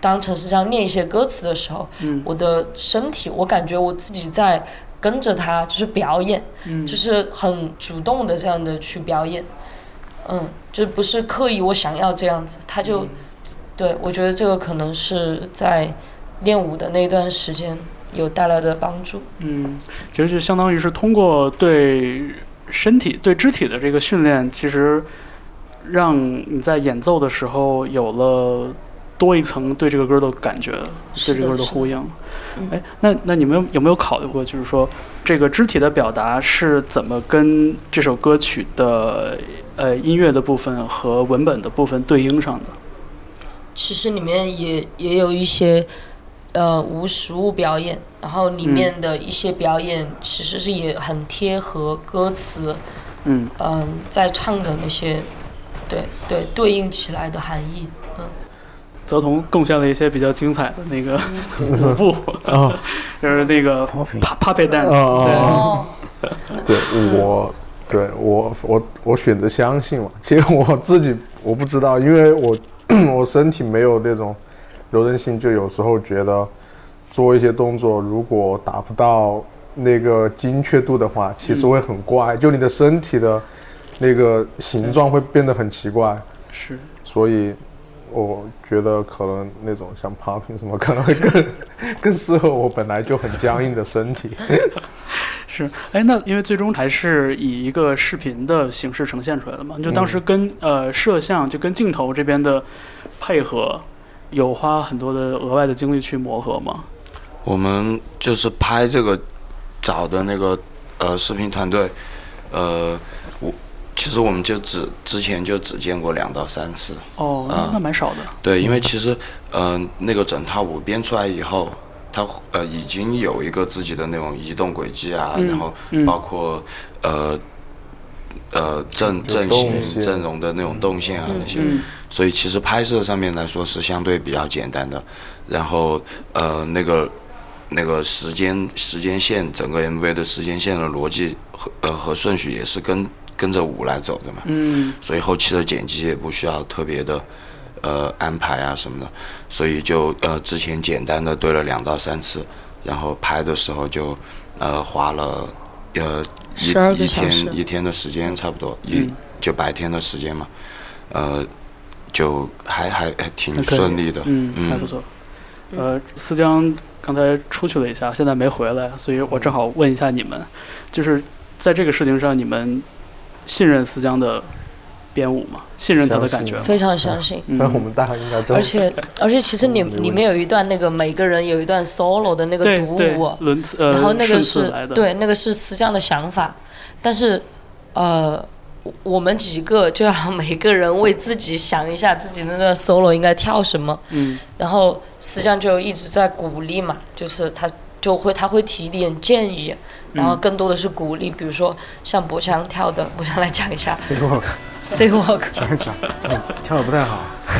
当陈思江念一些歌词的时候， 嗯我的身体，我感觉我自己在跟着他，就是表演， 嗯就是很主动的这样的去表演，嗯，就不是刻意我想要这样子，他就， 嗯对我觉得这个可能是在练舞的那段时间有带来的帮助。 嗯，其实就相当于是通过对身体、对肢体的这个训练，其实让你在演奏的时候有了多一层对这个歌的感觉，对这个歌的呼应。 嗯、 哎，那那你们有没有考虑过，就是说这个肢体的表达是怎么跟这首歌曲的呃音乐的部分和文本的部分对应上的？ 其实里面也也有一些呃无实物表演，然后里面的一些表演其实是也很贴合歌词， 嗯嗯、呃，在唱的那些，对对对应起来的含义，嗯。 泽彤贡献了一些比较精彩的那个舞步， 哦就是那个 puppet dance。 哦， 对我，对我我我选择相信嘛。其实我自己我不知道，因为我我身体没有那种柔韧性，就有时候觉得做一些动作如果达不到那个精确度的话，其实会很怪，嗯、就你的身体的那个形状会变得很奇怪。 是， 所以。我觉得可能那种像 popping 什么可能会更更适合我本来就很僵硬的身体。 是，哎，那因为最终还是以一个视频的形式呈现出来的嘛，就当时跟、嗯、呃摄像就跟镜头这边的配合，有花很多的额外的精力去磨合吗？ 我们就是拍这个找的那个呃视频团队，呃我。其实我们就只之前就只见过两到三次。 哦，那、呃、那蛮少的。 对，因为其实，嗯、呃，那个整套舞编出来以后，它呃已经有一个自己的那种移动轨迹啊， 嗯、 然后包括、嗯、呃呃阵阵型、阵容的那种动线啊、嗯、那些、 嗯， 所以其实拍摄上面来说是相对比较简单的。然后呃那个那个时间时间线，整个 M V 的时间线的逻辑和呃和顺序也是跟。跟着舞来走的嘛， 嗯， 所以后期的剪辑也不需要特别的，呃安排啊什么的，所以就呃之前简单的对了两到三次，然后拍的时候就呃花了呃一一天一天的时间差不多，一、嗯、就白天的时间嘛，呃就还还还挺顺利的， 嗯，嗯还不错。呃，思江刚才出去了一下，现在没回来，所以我正好问一下你们，就是在这个事情上你们。信任思江的编舞吗？信任他的感觉吗？ 非常相信。 嗯，我们大家应该都。 而且而且，其实你里面有一段那个每个人有一段 solo 的那个独舞， 轮次，呃， 然后那个是对， 那个是思江的想法，但是呃，我们几个就要每个人为自己想一下自己的那段 solo 应该跳什么。 嗯。 然后思江就一直在鼓励嘛，就是他就会他会提点建议。然后更多的是鼓励，比如说像博强跳的，博强来讲一下。 C walk。 C walk。 跳得不太好。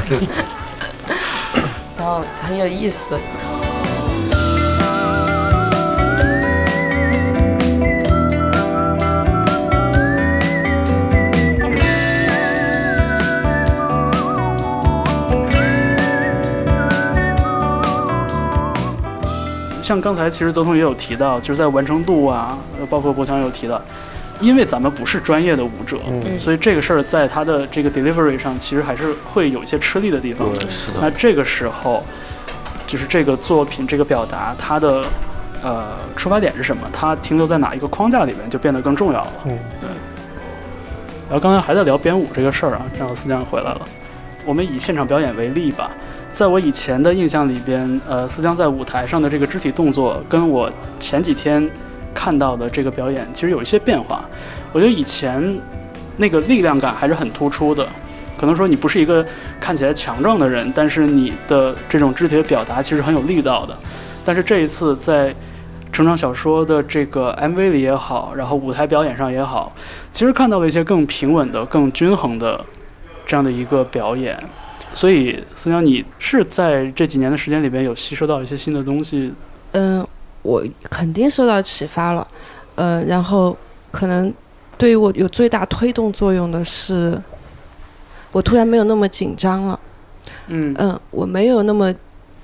然后很有意思。 像刚才其实泽彤也有提到，就是在完成度啊，包括博强有提到，因为咱们不是专业的舞者， 嗯、 所以这个事儿在他的这个 delivery 上其实还是会有一些吃力的地方。 是的。 那这个时候，就是这个作品这个表达，它的呃出发点是什么？它停留在哪一个框架里面，就变得更重要了。 嗯。 然后刚才还在聊编舞这个事儿啊，正好思江回来了。我们以现场表演为例吧。在我以前的印象里边，呃，思江在舞台上的这个肢体动作，跟我前几天看到的这个表演其实有一些变化。我觉得以前那个力量感还是很突出的，可能说你不是一个看起来强壮的人，但是你的这种肢体的表达其实很有力道的。但是这一次在成长小说的这个 M V 里也好，然后舞台表演上也好，其实看到了一些更平稳的、更均衡的这样的一个表演。所以思江，你是在这几年的时间里边有吸收到一些新的东西？ 嗯，我肯定受到启发了。呃，然后可能对于我有最大推动作用的是，我突然没有那么紧张了。 嗯嗯，我没有那么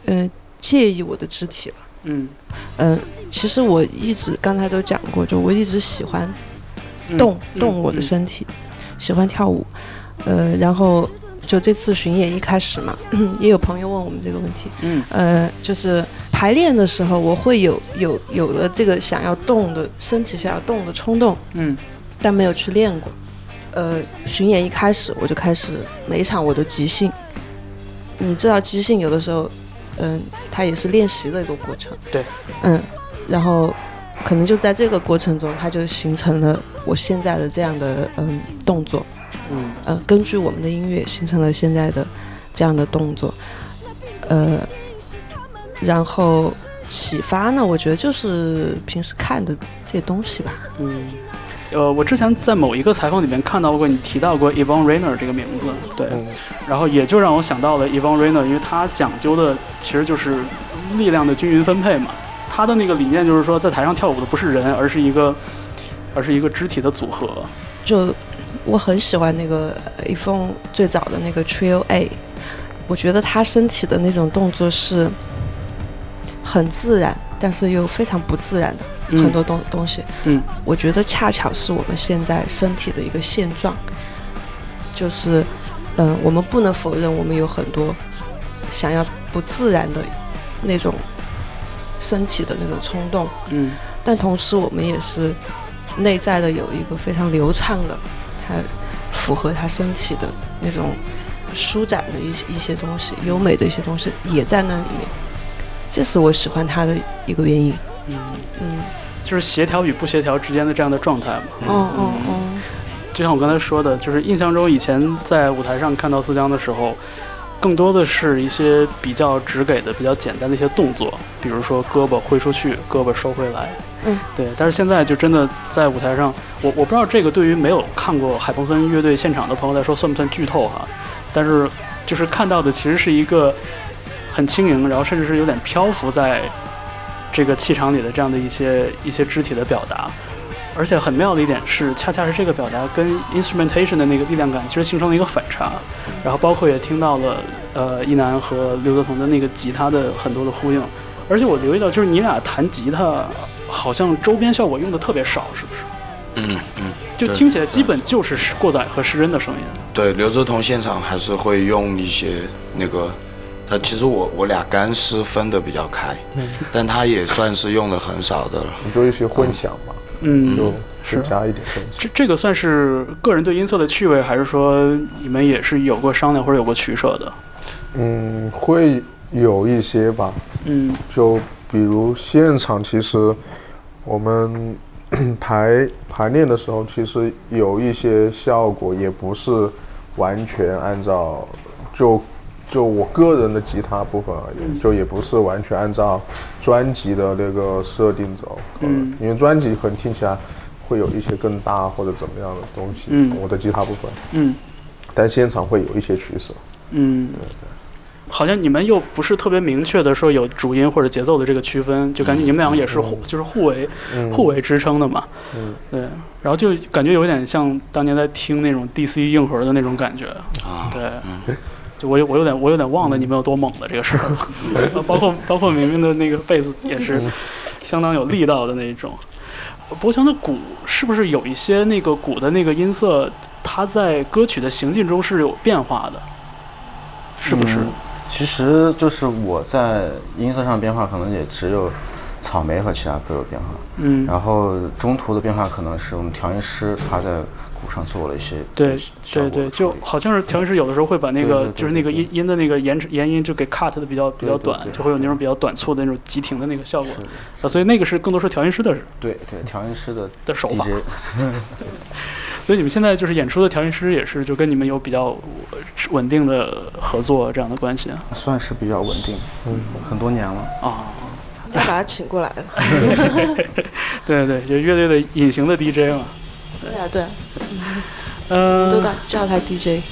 呃介意我的肢体了。 嗯嗯、呃，其实我一直刚才都讲过，就我一直喜欢动、 嗯、 动我的身体，嗯、喜欢跳舞。呃，然后就这次巡演一开始嘛，也有朋友问我们这个问题。 嗯， 呃，就是排练的时候，我会有有有了这个想要动的身体想要动的冲动。 嗯， 但没有去练过。呃，巡演一开始我就开始每一场我都即兴。你知道即兴有的时候，嗯，它也是练习的一个过程。 对。 嗯，然后可能就在这个过程中，它就形成了我现在的这样的嗯动作。 嗯。 呃，根据我们的音乐形成了现在的这样的动作。呃，然后启发呢，我觉得就是平时看的这些东西吧。 嗯。呃，我之前在某一个采访里面看到过你提到过 Yvonne Rainer 这个名字，对，嗯、然后也就让我想到了 Yvonne Rainer， 因为他讲究的其实就是力量的均匀分配嘛。他的那个理念就是说，在台上跳舞的不是人，而是一个，而是一个肢体的组合。 就我很喜欢那个 Yvonne 最早的那个 Trio A， 我觉得他身体的那种动作是很自然，但是又非常不自然的。 嗯、 很多东东西， 嗯， 我觉得恰巧是我们现在身体的一个现状，就是，嗯、呃，我们不能否认我们有很多想要不自然的那种身体的那种冲动， 嗯， 但同时我们也是内在的有一个非常流畅的，它符合他身体的那种舒展的一一些东西，优美的一些东西也在那里面，这是我喜欢他的一个原因。 嗯嗯， 就是协调与不协调之间的这样的状态嘛。 哦哦哦， 就像我刚才说的，就是印象中以前在舞台上看到思江的时候，更多的是一些比较直给的、比较简单的一些动作，比如说胳膊挥出去，胳膊收回来。 嗯， 对。但是现在就真的在舞台上，我我不知道这个对于没有看过海鹏森乐队现场的朋友来说算不算剧透哈？但是就是看到的其实是一个很轻盈，然后甚至是有点漂浮在这个气场里的这样的一些一些肢体的表达。而且很妙的一点是，恰恰是这个表达跟 instrumentation 的那个力量感其实形成了一个反差，然后包括也听到了呃一楠和刘泽鹏的那个吉他的很多的呼应。而且我留意到，就是你俩弹吉他好像周边效果用的特别少，是不是？ 嗯嗯， 就听起来基本就是过载和失真的声音。 对，刘泽彤现场还是会用一些那个，他其实我我俩干湿分得比较开，嗯，但他也算是用的很少的了。 你就一些混响嘛， 嗯， 就是加一点混响。 这这个算是个人对音色的趣味，还是说你们也是有过商量或者有过取舍的？ 嗯，会有一些吧。嗯，就比如现场，其实我们排排练的时候，其实有一些效果也不是完全按照就就我个人的吉他部分而言，就也不是完全按照专辑的那个设定走。嗯，因为专辑可能听起来会有一些更大或者怎么样的东西。嗯，我的吉他部分。嗯，但现场会有一些取舍。 嗯， 对对。 好像你们又不是特别明确的说有主音或者节奏的这个区分，就感觉你们两个也是互、嗯、就是互为、嗯、互为支撑的嘛。嗯，对，然后就感觉有一点像当年在听那种 D C 硬核的那种感觉。啊，对，嗯、就我我有点我有点忘了你们有多猛的这个事儿，包括包括明明的那个贝斯也是相当有力道的那种。博强的鼓是不是有一些那个鼓的那个音色，它在歌曲的行进中是有变化的，是不是？嗯， 其实就是我在音色上变化可能也只有草莓和其他歌有变化，嗯，然后中途的变化可能是我们调音师他在鼓上做了一些对对对，就好像是调音师有的时候会把那个对对对对对就是那个音音的那个延延音就给 cut 的比较比较短，对对对对就会有那种比较短促的那种急停的那个效果，啊，所以那个是更多是调音师的对对调音师的的手法。所以你们现在就是演出的调音师也是就跟你们有比较稳定的合作这样的关系啊？ 算是比较稳定，嗯，很多年了啊。 要把他请过来了。 对对，就乐队的隐形的 D J 嘛。 对啊对啊， 嗯， 都叫他 D J。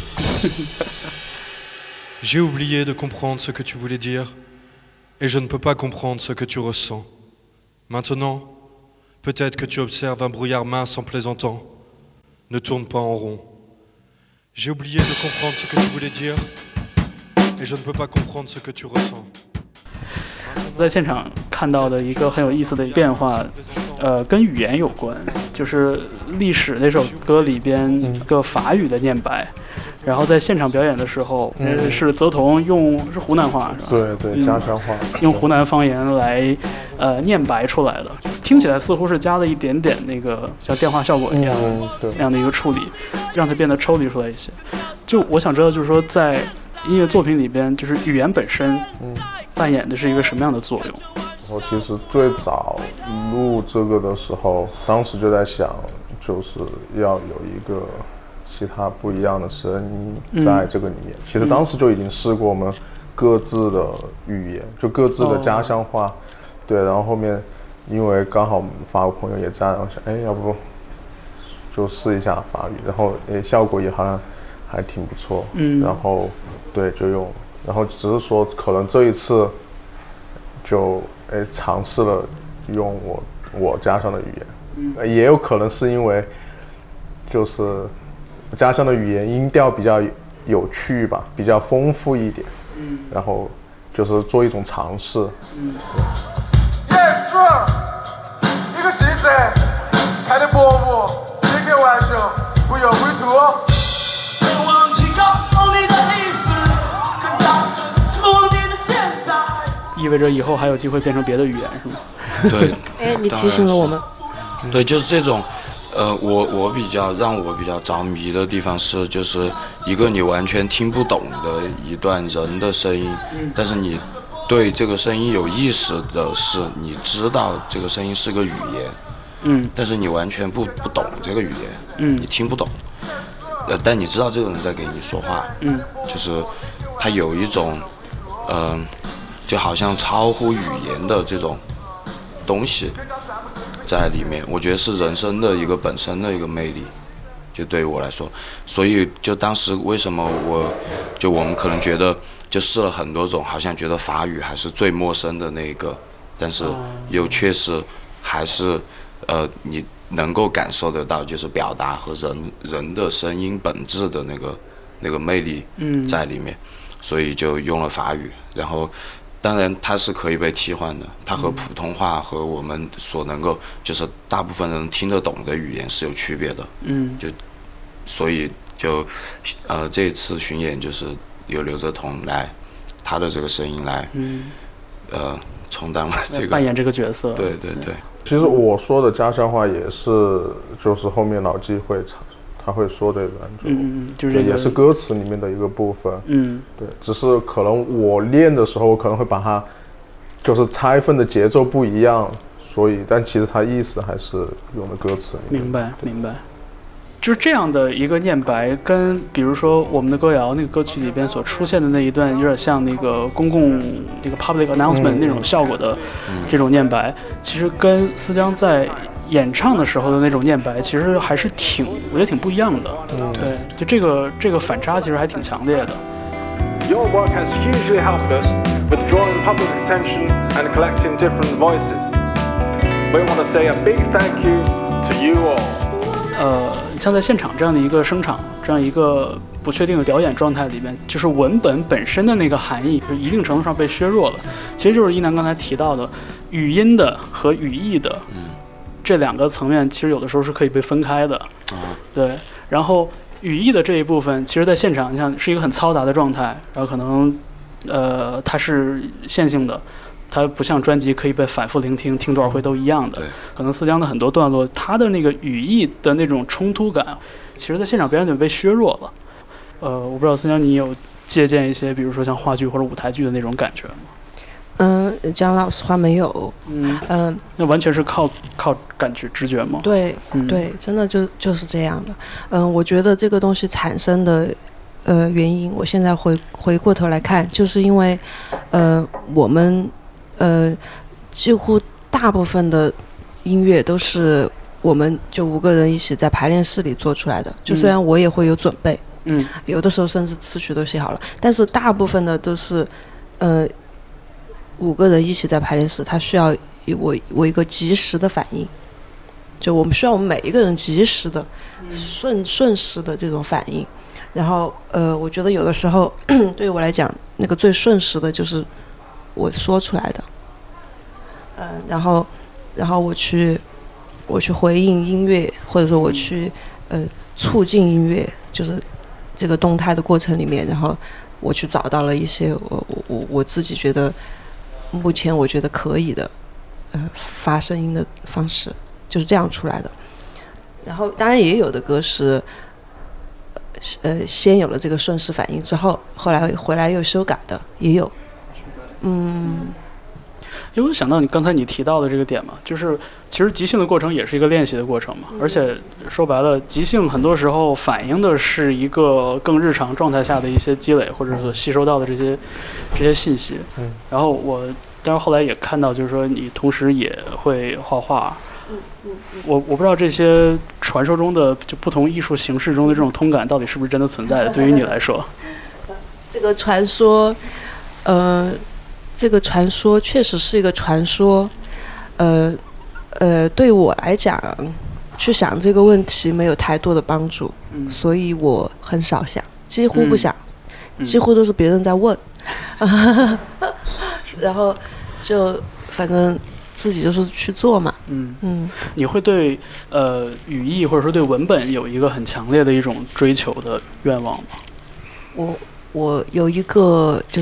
J'ai oublié de comprendre ce que tu voulais dire, et je ne peux pas comprendre ce que tu ressens. Maintenant, peut-être que tu observes un brouillard mince en plaisantant. Ne tourne pas en rond. J'ai oublié de comprendre ce que tu voulais dire, et je ne peux pas comprendre ce que tu ressens. 在现场看到的一个很有意思的变化，呃，跟语言有关，就是《历史》那首歌里边一个法语的念白。然后在现场表演的时候，嗯、是泽童用是湖南话是吧？ 对对，家乡话， 嗯，用湖南方言来呃念白出来的，听起来似乎是加了一点点那个像电话效果一样、嗯、那样的一个处理，让它变得抽离出来一些。就我想知道，就是说在音乐作品里边，就是语言本身嗯扮演的是一个什么样的作用？ 我其实最早录这个的时候，当时就在想，就是要有一个其他不一样的声音在这个里面、嗯、其实当时就已经试过我们各自的语言、嗯、就各自的家乡话、哦、对，然后后面因为刚好法国朋友也在，然后想哎要不就试一下法语，然后哎效果也好像还挺不错，嗯，然后对就用，然后只是说可能这一次就哎尝试了用我我家乡的语言、嗯、也有可能是因为就是家乡的语言音调比较有趣吧，比较丰富一点，嗯，然后就是做一种尝试。嗯。 Yes sir， 一个谁在开的伯母，别开玩笑，不要回头哦。别忘记告诉你的意思，更加注定的现在。 意味着以后还有机会变成别的语言是吗？ 对。 哎，你提醒了我们。 对，就是这种。呃，我我比较让我比较着迷的地方是，就是一个你完全听不懂的一段人的声音，嗯、但是你对这个声音有意识的是，你知道这个声音是个语言，嗯，但是你完全不不懂这个语言，嗯，你听不懂，呃，但你知道这个人在给你说话，嗯，就是他有一种，嗯、呃，就好像超乎语言的这种东西在里面，我觉得是人生的一个本身的一个魅力，就对于我来说，所以就当时为什么我就我们可能觉得就试了很多种，好像觉得法语还是最陌生的那个，但是又确实还是呃你能够感受得到，就是表达和人人的声音本质的那个那个魅力在里面，所以就用了法语，然后。当然它是可以被替换的，它和普通话和我们所能够就是大部分人听得懂的语言是有区别的，嗯，就所以就呃这次巡演就是由刘泽彤来他的这个声音来，嗯，呃充当了这个扮演这个角色， 对对对。 其实我说的家乡话也是，就是后面老纪会唱。他会说的一段， 嗯，就是、这个、 也是歌词里面的一个部分，嗯，对，只是可能我练的时候，我可能会把它，就是拆分的节奏不一样，所以，但其实它意思还是用的歌词。 明白，明白。就是这样的一个念白，跟比如说我们的歌谣那个歌曲里边所出现的那一段，有点像那个公共那个 public announcement、嗯、那种效果的这种念白，嗯、其实跟思江在演唱的时候的那种念白，其实还是挺，我觉得挺不一样的。嗯，对，就这个这个反差其实还挺强烈的。 Your work has hugely helped us with drawing public attention and collecting different voices. We want to say a big thank you to you all. 呃，像在现场这样的一个声场，这样一个不确定的表演状态里面，就是文本本身的那个含义，就一定程度上被削弱了。其实就是一楠刚才提到的，语音的和语义的，嗯，这两个层面其实有的时候是可以被分开的。嗯，对。然后语义的这一部分，其实在现场，你像是一个很嘈杂的状态，然后可能，呃，它是线性的。它不像专辑可以被反复聆听，听多少回都一样的。可能思江的很多段落，它的那个语义的那种冲突感，其实在现场表演就被削弱了。呃，我不知道思江你有借鉴一些，比如说像话剧或者舞台剧的那种感觉吗？ 嗯，讲老实话没有。嗯嗯、呃， 那完全是靠靠感觉直觉吗？ 对、嗯、对，真的就就是这样的。嗯、呃，我觉得这个东西产生的。呃，原因我现在回回过头来看，就是因为，呃，我们呃几乎大部分的音乐都是我们就五个人一起在排练室里做出来的。就虽然我也会有准备，嗯，有的时候甚至词曲都写好了，但是大部分的都是，呃，五个人一起在排练室，他需要我我一个及时的反应，就我们需要我们每一个人及时的、顺顺时的这种反应。然后，呃，我觉得有的时候，对于我来讲，那个最瞬时的就是我说出来的， 嗯、呃，然后然后我去我去回应音乐，或者说我去呃促进音乐，就是这个动态的过程里面，然后我去找到了一些我我我自己觉得目前我觉得可以的呃发声音的方式，就是这样出来的。然后当然也有的歌是呃先有了这个瞬时反应之后，后来回来又修改的也有。嗯， 因为我想到你刚才你提到的这个点嘛，就是其实即兴的过程也是一个练习的过程嘛，而且说白了，即兴很多时候反映的是一个更日常状态下的一些积累，或者说吸收到的这些这些信息。嗯，然后我，但是后来也看到，就是说你同时也会画画。嗯嗯嗯。我我不知道这些传说中的就不同艺术形式中的这种通感到底是不是真的存在的？对于你来说， 这个传说，呃。这个传说确实是一个传说，呃，呃，对我来讲，去想这个问题没有太多的帮助，嗯、所以我很少想，几乎不想，嗯、几乎都是别人在问，嗯、然后就反正自己就是去做嘛。嗯嗯， 你会对呃语义或者说对文本有一个很强烈的一种追求的愿望吗？ 我我有一个就是。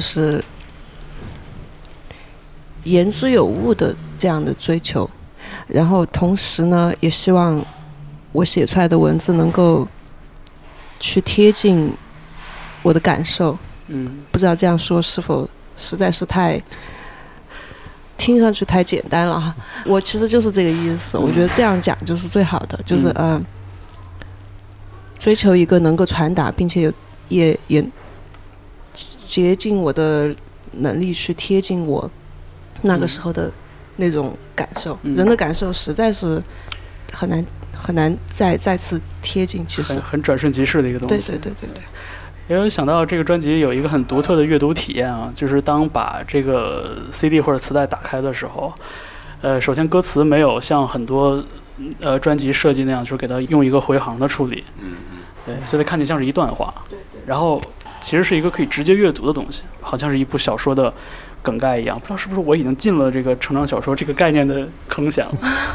言之有物的这样的追求，然后同时呢，也希望我写出来的文字能够去贴近我的感受。嗯，不知道这样说是否实在是太听上去太简单了哈。我其实就是这个意思，我觉得这样讲就是最好的，就是嗯、呃，追求一个能够传达，并且有也也竭尽我的能力去贴近我。那个时候的那种感受，嗯、人的感受实在是很难很难再再次贴近，其实很, 很转瞬即逝的一个东西。 对对对对对。 因为想到这个专辑有一个很独特的阅读体验啊，就是当把这个 C D 或者磁带打开的时候，呃，首先歌词没有像很多呃专辑设计那样，就是给它用一个回行的处理，嗯嗯，对，所以它看起来像是一段话，对对，然后其实是一个可以直接阅读的东西，好像是一部小说的梗概一样，不知道是不是我已经进了这个成长小说这个概念的坑想。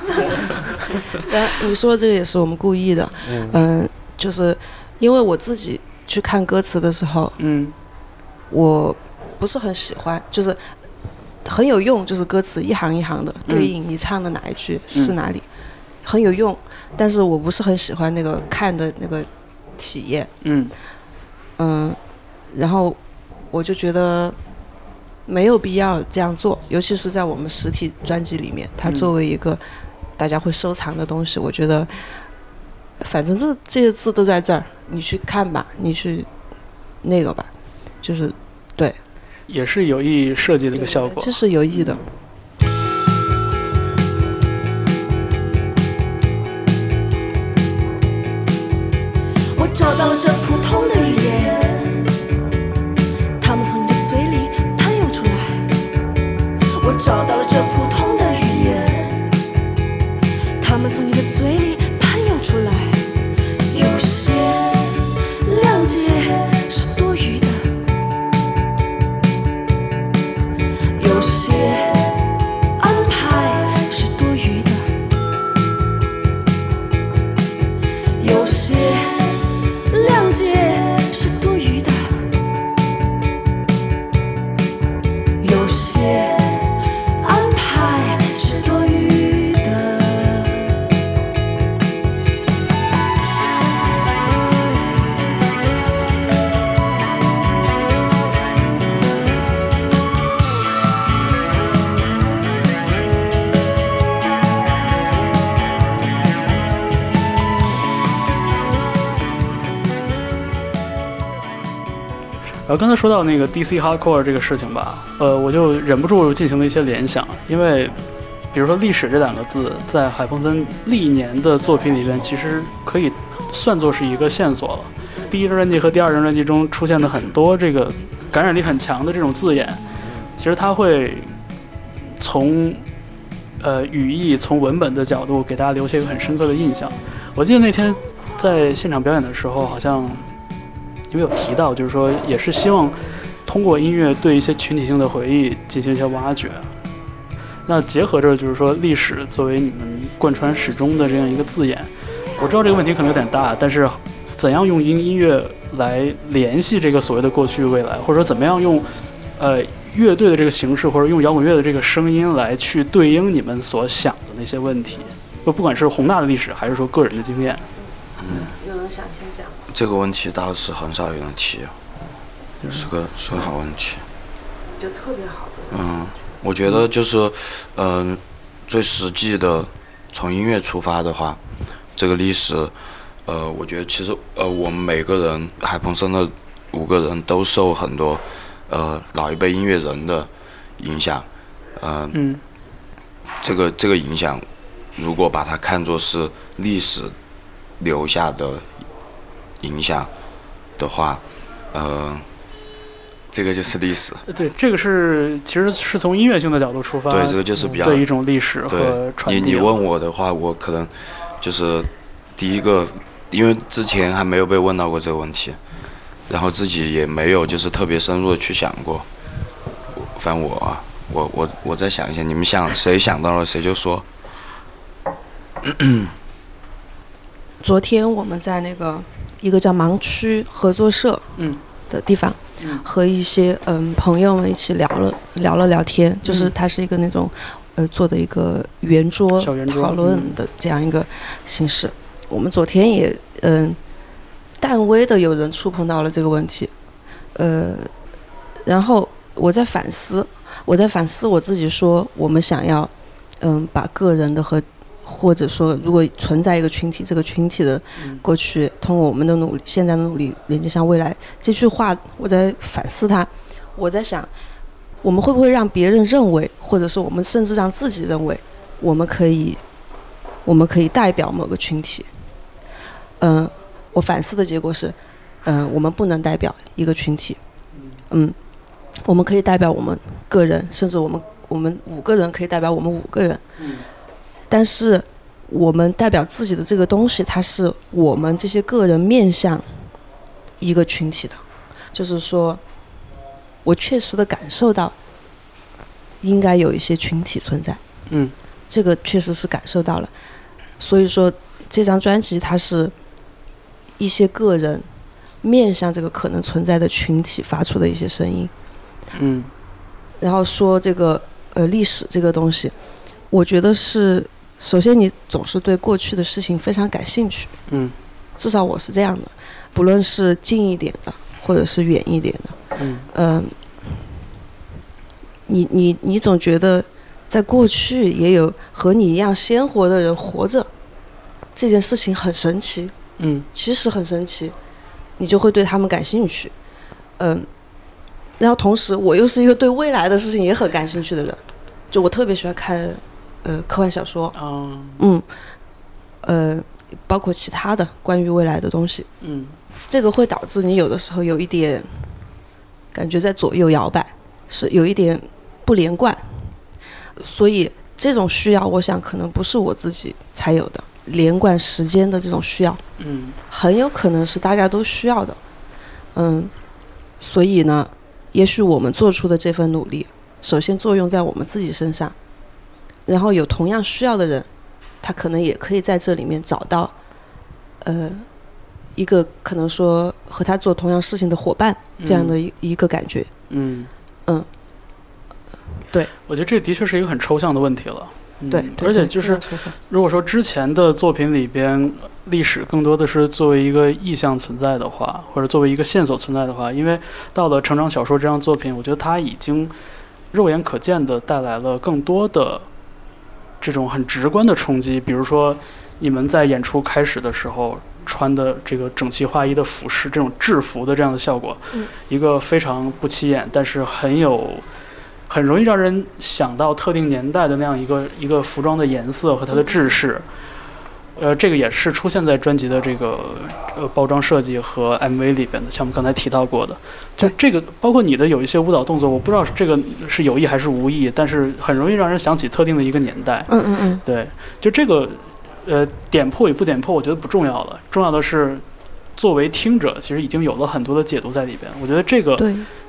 你说这个也是我们故意的，嗯、呃，就是因为我自己去看歌词的时候，嗯，我不是很喜欢，就是很有用，就是歌词一行一行的对应你唱的哪一句是哪里，嗯、很有用，但是我不是很喜欢那个看的那个体验，嗯嗯、呃，然后我就觉得。没有必要这样做，尤其是在我们实体专辑里面，它作为一个大家会收藏的东西，嗯、我觉得，反正这这些字都在这儿，你去看吧，你去那个吧，就是对， 也是有意设计的一个效果， 这是有意的。 我找到了这普通的语言。我找到了这普通的语言，它们从你的嘴里攀涌出来。有些谅解是多余的，有些安排是多余的，有些谅解是多余的，有些。 然后刚才说到那个 D C Hardcore 这个事情吧，呃，我就忍不住进行了一些联想，因为比如说历史这两个字，在海鹏森历年的作品里边，其实可以算作是一个线索了。第一张专辑和第二张专辑中出现的很多这个感染力很强的这种字眼，其实它会从呃语义、从文本的角度给大家留下一个很深刻的印象。我记得那天在现场表演的时候，好像因为有提到，就是说也是希望通过音乐对一些群体性的回忆进行一些挖掘。 那结合着就是说历史作为你们贯穿始终的这样一个字眼，我知道这个问题可能有点大，但是怎样用音音乐来联系这个所谓的过去未来，或者说怎么样用呃乐队的这个形式，或者用摇滚乐的这个声音来去对应你们所想的那些问题，不不管是宏大的历史还是说个人的经验。 嗯，有人想先讲？ 这个问题倒是很少有人提，是个是个好问题。 就特别好的。 嗯，我觉得就是，嗯、呃，最实际的，从音乐出发的话，这个历史，呃，我觉得其实呃，我们每个人海鹏森的五个人都受很多，呃，老一辈音乐人的影响，呃、 嗯， 这个这个影响，如果把它看作是历史留下的影响的话，呃，这个就是历史。 对，这个是其实是从音乐性的角度出发， 对，这个就是比较的一种历史和传递。 你你问我的话，我可能就是第一个，因为之前还没有被问到过这个问题，然后自己也没有就是特别深入的去想过。反正我啊，我我我再想一下，你们想谁想到了谁就说。 昨天我们在那个一个叫盲区合作社的地方， 嗯、 和一些嗯朋友们一起聊了聊了聊天，嗯、就是它是一个那种呃做的一个圆桌讨论的这样一个形式。嗯、我们昨天也嗯淡微的有人触碰到了这个问题，呃，然后我在反思，我在反思我自己说，我们想要嗯把个人的和或者说如果存在一个群体，这个群体的过去通过我们的努力现在的努力连接向未来，这句话我在反思它，我在想我们会不会让别人认为，或者是我们甚至让自己认为我们可以我们可以代表某个群体。嗯、呃，我反思的结果是嗯、呃，我们不能代表一个群体，嗯，我们可以代表我们个人，甚至我们我们五个人可以代表我们五个人，但是我们代表自己的这个东西，它是我们这些个人面向一个群体的，就是说我确实的感受到应该有一些群体存在， 嗯， 这个确实是感受到了，所以说这张专辑它是一些个人面向这个可能存在的群体发出的一些声音， 嗯， 然后说这个呃历史这个东西，我觉得是首先你总是对过去的事情非常感兴趣， 嗯， 至少我是这样的，不论是近一点的或者是远一点的， 嗯， 呃、你你你总觉得在过去也有和你一样鲜活的人活着，这件事情很神奇， 嗯， 其实很神奇，你就会对他们感兴趣，嗯、呃，然后同时我又是一个对未来的事情也很感兴趣的人，就我特别喜欢看呃科幻小说， 嗯， 嗯，呃，包括其他的关于未来的东西， 嗯， 这个会导致你有的时候有一点感觉在左右摇摆，是有一点不连贯，所以这种需要，我想可能不是我自己才有的连贯时间的这种需要， 嗯， 很有可能是大家都需要的，嗯，所以呢，也许我们做出的这份努力，首先作用在我们自己身上，然后有同样需要的人，他可能也可以在这里面找到，呃，一个可能说和他做同样事情的伙伴，这样的一、嗯、一个感觉。 嗯嗯，对， 我觉得这的确是一个很抽象的问题了。嗯、 对, 对， 而且就是如果说之前的作品里边历史更多的是作为一个意象存在的话，或者作为一个线索存在的话，因为到了成长小说这样作品，我觉得它已经肉眼可见的带来了更多的这种很直观的冲击，比如说你们在演出开始的时候穿的这个整齐划一的服饰，这种制服的这样的效果， 嗯、 一个非常不起眼但是很有很容易让人想到特定年代的那样一个一个服装的颜色和它的制式，呃，这个也是出现在专辑的这个呃包装设计和 M V 里边的，像我们刚才提到过的，就这个包括你的有一些舞蹈动作，我不知道这个是有意还是无意，但是很容易让人想起特定的一个年代。 嗯嗯嗯， 对，就这个呃点破与不点破，我觉得不重要了，重要的是作为听者，其实已经有了很多的解读在里边。我觉得这个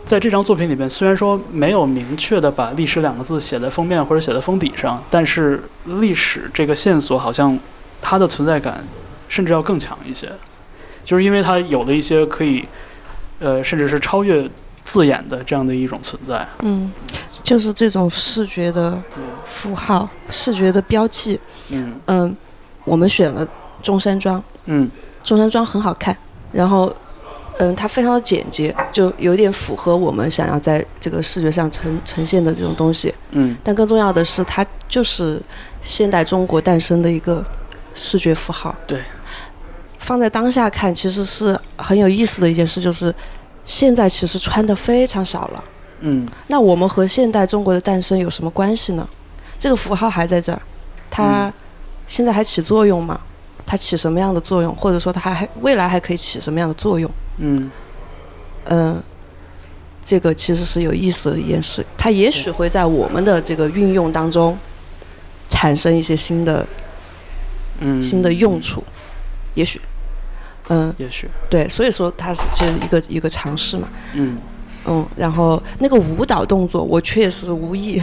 在这张作品里边，虽然说没有明确的把历史两个字写在封面或者写在封底上，但是历史这个线索好像它的存在感甚至要更强一些，就是因为它有了一些可以呃甚至是超越字眼的这样的一种存在。 嗯，就是这种视觉的符号、视觉的标记。 嗯嗯，我们选了中山装。 嗯， 中山装很好看，然后嗯，它非常的简洁，就有点符合我们想要在这个视觉上呈呈现的这种东西。 嗯， 但更重要的是，它就是现代中国诞生的一个视觉符号。 对， 放在当下看，其实是很有意思的一件事，就是现在其实穿的非常少了。 嗯， 那我们和现代中国的诞生有什么关系呢？这个符号还在这儿，它现在还起作用吗？它起什么样的作用，或者说它还未来还可以起什么样的作用？ 嗯， 嗯、呃，这个其实是有意思的一件事，它也许会在我们的这个运用当中产生一些新的， 嗯， 新的用处，也许，嗯、呃， 也许， 对，所以说它是就是一个一个尝试嘛， 嗯嗯，然后那个舞蹈动作我确实无意，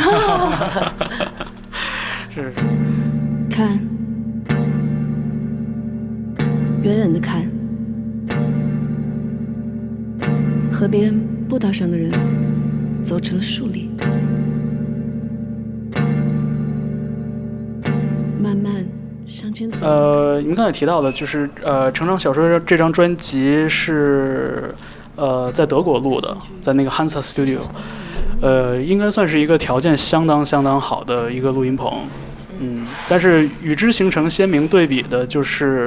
是看。远远的看，河边步道上的人走成了树林，慢慢向前走。 呃，您刚才提到的，就是呃，成长小说这张专辑是呃在德国录的，在那个 Hansa Studio， 呃，应该算是一个条件相当相当好的一个录音棚。嗯，但是与之形成鲜明对比的就是，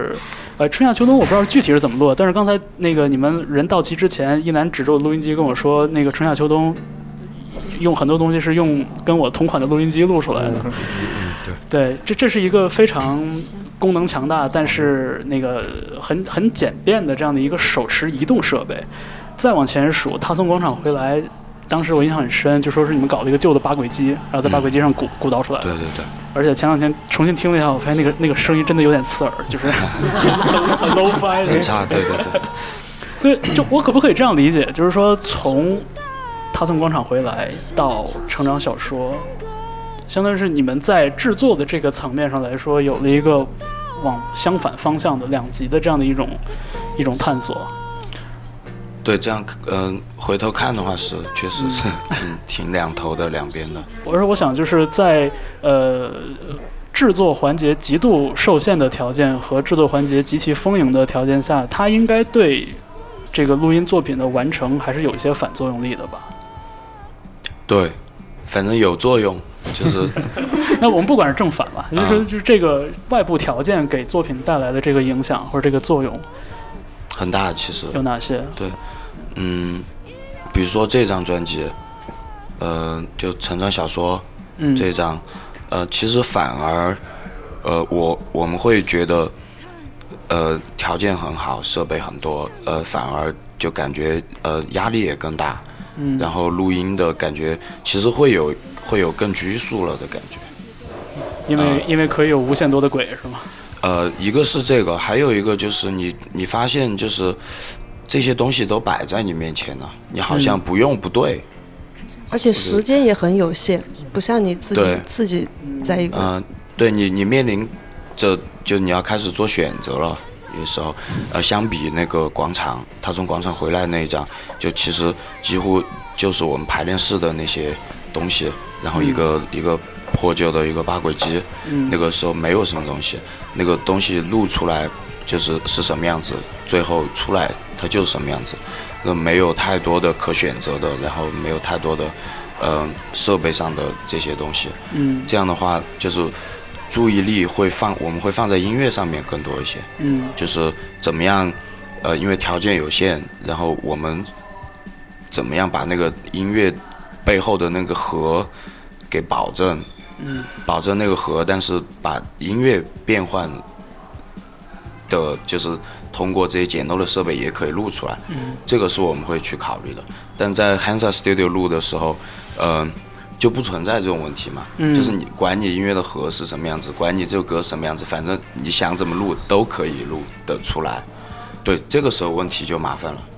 呃，春夏秋冬我不知道具体是怎么录的，但是刚才那个你们人到齐之前，一楠指着我录音机跟我说，那个春夏秋冬用很多东西是用跟我同款的录音机录出来的。 嗯，对， 对，这这是一个非常功能强大，但是那个很很简便的这样的一个手持移动设备。再往前数，他从广场回来。当时我印象很深，就说是你们搞了一个旧的八轨机，然后在八轨机上鼓、嗯、鼓捣出来的。 对对对。 而且前两天重新听了一下，我发现那个那个声音真的有点刺耳，就是很很 low fi 的。 很差，对对对。 所以就我可不可以这样理解，就是说从他从广场回来到成长小说，相当于是你们在制作的这个层面上来说，有了一个往相反方向的两极的这样的一种一种探索。 对，这样嗯、呃，回头看的话是确实是挺、嗯、挺两头的两边的。 我说，我想就是在呃制作环节极度受限的条件和制作环节极其丰盈的条件下，它应该对这个录音作品的完成还是有一些反作用力的吧？ 对，反正有作用，就是。 那我们不管是正反吧，就是说就是这个外部条件给作品带来的这个影响或者这个作用很大，其实有哪些？ 对。嗯，比如说这张专辑，呃，就成长小说这张，嗯、呃，其实反而，呃，我我们会觉得，呃，条件很好，设备很多，呃，反而就感觉呃压力也更大， 嗯， 然后录音的感觉其实会有会有更拘束了的感觉， 因为、呃、因为可以有无限多的轨是吗？ 呃，一个是这个，还有一个就是你你发现就是。这些东西都摆在你面前了，你好像不用不对， 嗯、而且时间也很有限，不像你自己自己在一个， 嗯、呃，对你你面临着就你要开始做选择了，有时候，呃，相比那个广场，他从广场回来那一张，就其实几乎就是我们排练室的那些东西，然后一个、嗯、一个破旧的一个八轨机、嗯，那个时候没有什么东西，那个东西录出来就是是什么样子，最后出来。它就是什么样子，那没有太多的可选择的，然后没有太多的，呃，设备上的这些东西。 嗯， 这样的话就是注意力会放，我们会放在音乐上面更多一些。 嗯， 就是怎么样，呃，因为条件有限，然后我们怎么样把那个音乐背后的那个核给保证， 嗯， 保证那个核，但是把音乐变换的，就是。通过这些简陋的设备也可以录出来， 嗯， 这个是我们会去考虑的。但在 Hansa Studio 录的时候，呃，就不存在这种问题嘛， 嗯， 就是你管你音乐的核是什么样子，管你这个歌什么样子，反正你想怎么录都可以录得出来。对，这个时候问题就麻烦了。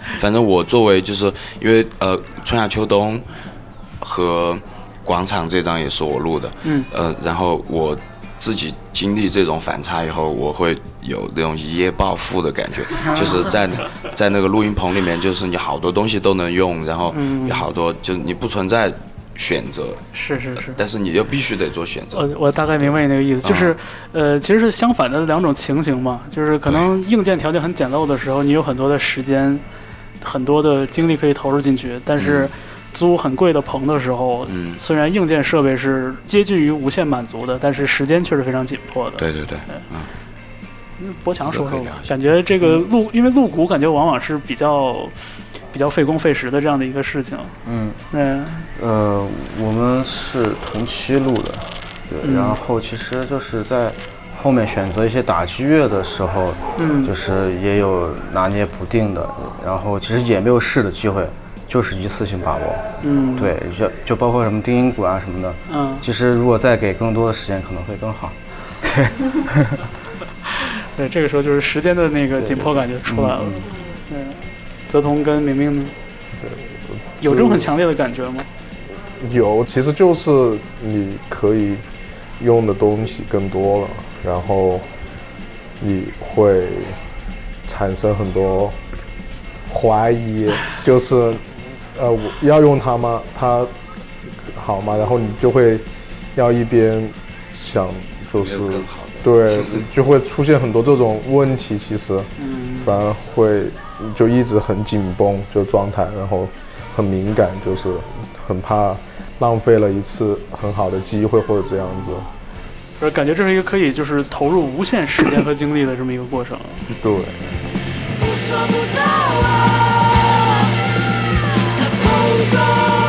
反正我作为就是因为呃春夏秋冬和广场这张也是我录的， 嗯， 呃，然后我自己经历这种反差以后，我会有那种一夜暴富的感觉，就是在在那个录音棚里面，就是你好多东西都能用，然后有好多就是你不存在选择， 是是是， 但是你又必须得做选择。 我我大概明白你那个意思，就是、嗯、呃，其实是相反的两种情形嘛，就是可能硬件条件很简陋的时候，你有很多的时间，很多的精力可以投入进去，但是。嗯租很贵的棚的时候，嗯，虽然硬件设备是接近于无限满足的，但是时间却是非常紧迫的。 对对对， 嗯。博强说说吧，感觉这个录，因为录鼓感觉往往是比较比较费工费时的这样的一个事情。 嗯， 嗯， 呃，我们是同期录的，对，嗯、然后其实就是在后面选择一些打击乐的时候，嗯，就是也有拿捏不定的，然后其实也没有试的机会。就是一次性把握，嗯，对，就就包括什么定音鼓啊什么的，嗯，其实如果再给更多的时间，可能会更好，对， 对，这个时候就是时间的那个紧迫感就出来了，对，嗯，泽彤跟明明呢， 对， 有这种很强烈的感觉吗？ 有，其实就是你可以用的东西更多了，然后你会产生很多怀疑，就是呃，我要用它吗？它好吗？然后你就会要一边想，就是对，就会出现很多这种问题。其实，反而会就一直很紧绷，就状态，然后很敏感，就是很怕浪费了一次很好的机会或者这样子。 而感觉这是一个可以就是投入无限时间和精力的这么一个过程。 对。 做不到啊，在风中，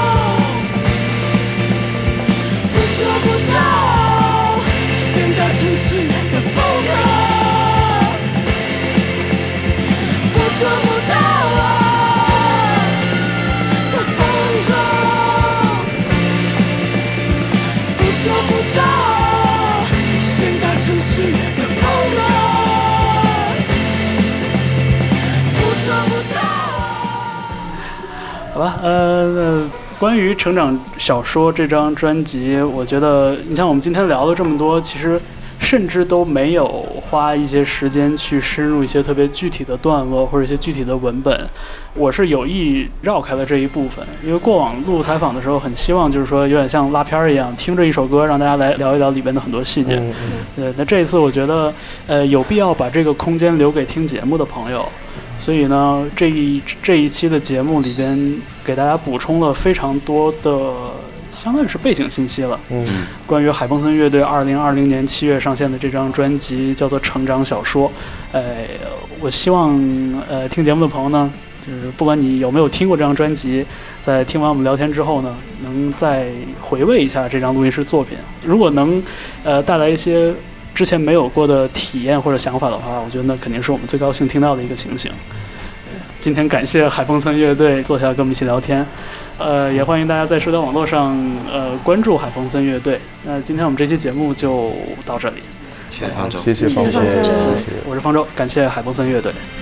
我做不到现代城市的风格，我做不到啊，在风中，我做不到现代城市的风格。 好吧，呃，关于成长小说这张专辑，我觉得你像我们今天聊了这么多，其实甚至都没有花一些时间去深入一些特别具体的段落或者一些具体的文本。我是有意绕开了这一部分，因为过往录采访的时候，很希望就是说有点像拉片一样，听着一首歌，让大家来聊一聊里边的很多细节。嗯嗯对，那这一次我觉得，呃，有必要把这个空间留给听节目的朋友。所以呢，这一这一期的节目里边给大家补充了非常多的，相当于是背景信息了。嗯，关于海鹏森乐队二零二零年七月上线的这张专辑叫做《成长小说》。呃，我希望呃听节目的朋友呢，就是不管你有没有听过这张专辑，在听完我们聊天之后呢，能再回味一下这张录音室作品。如果能呃带来一些之前没有过的体验或者想法的话，我觉得那肯定是我们最高兴听到的一个情形。今天感谢海鹏森乐队坐下跟我们一起聊天，呃，也欢迎大家在社交网络上呃关注海鹏森乐队。那今天我们这期节目就到这里， 谢谢方舟， 谢谢方舟， 谢谢， 我是方舟，感谢海鹏森乐队。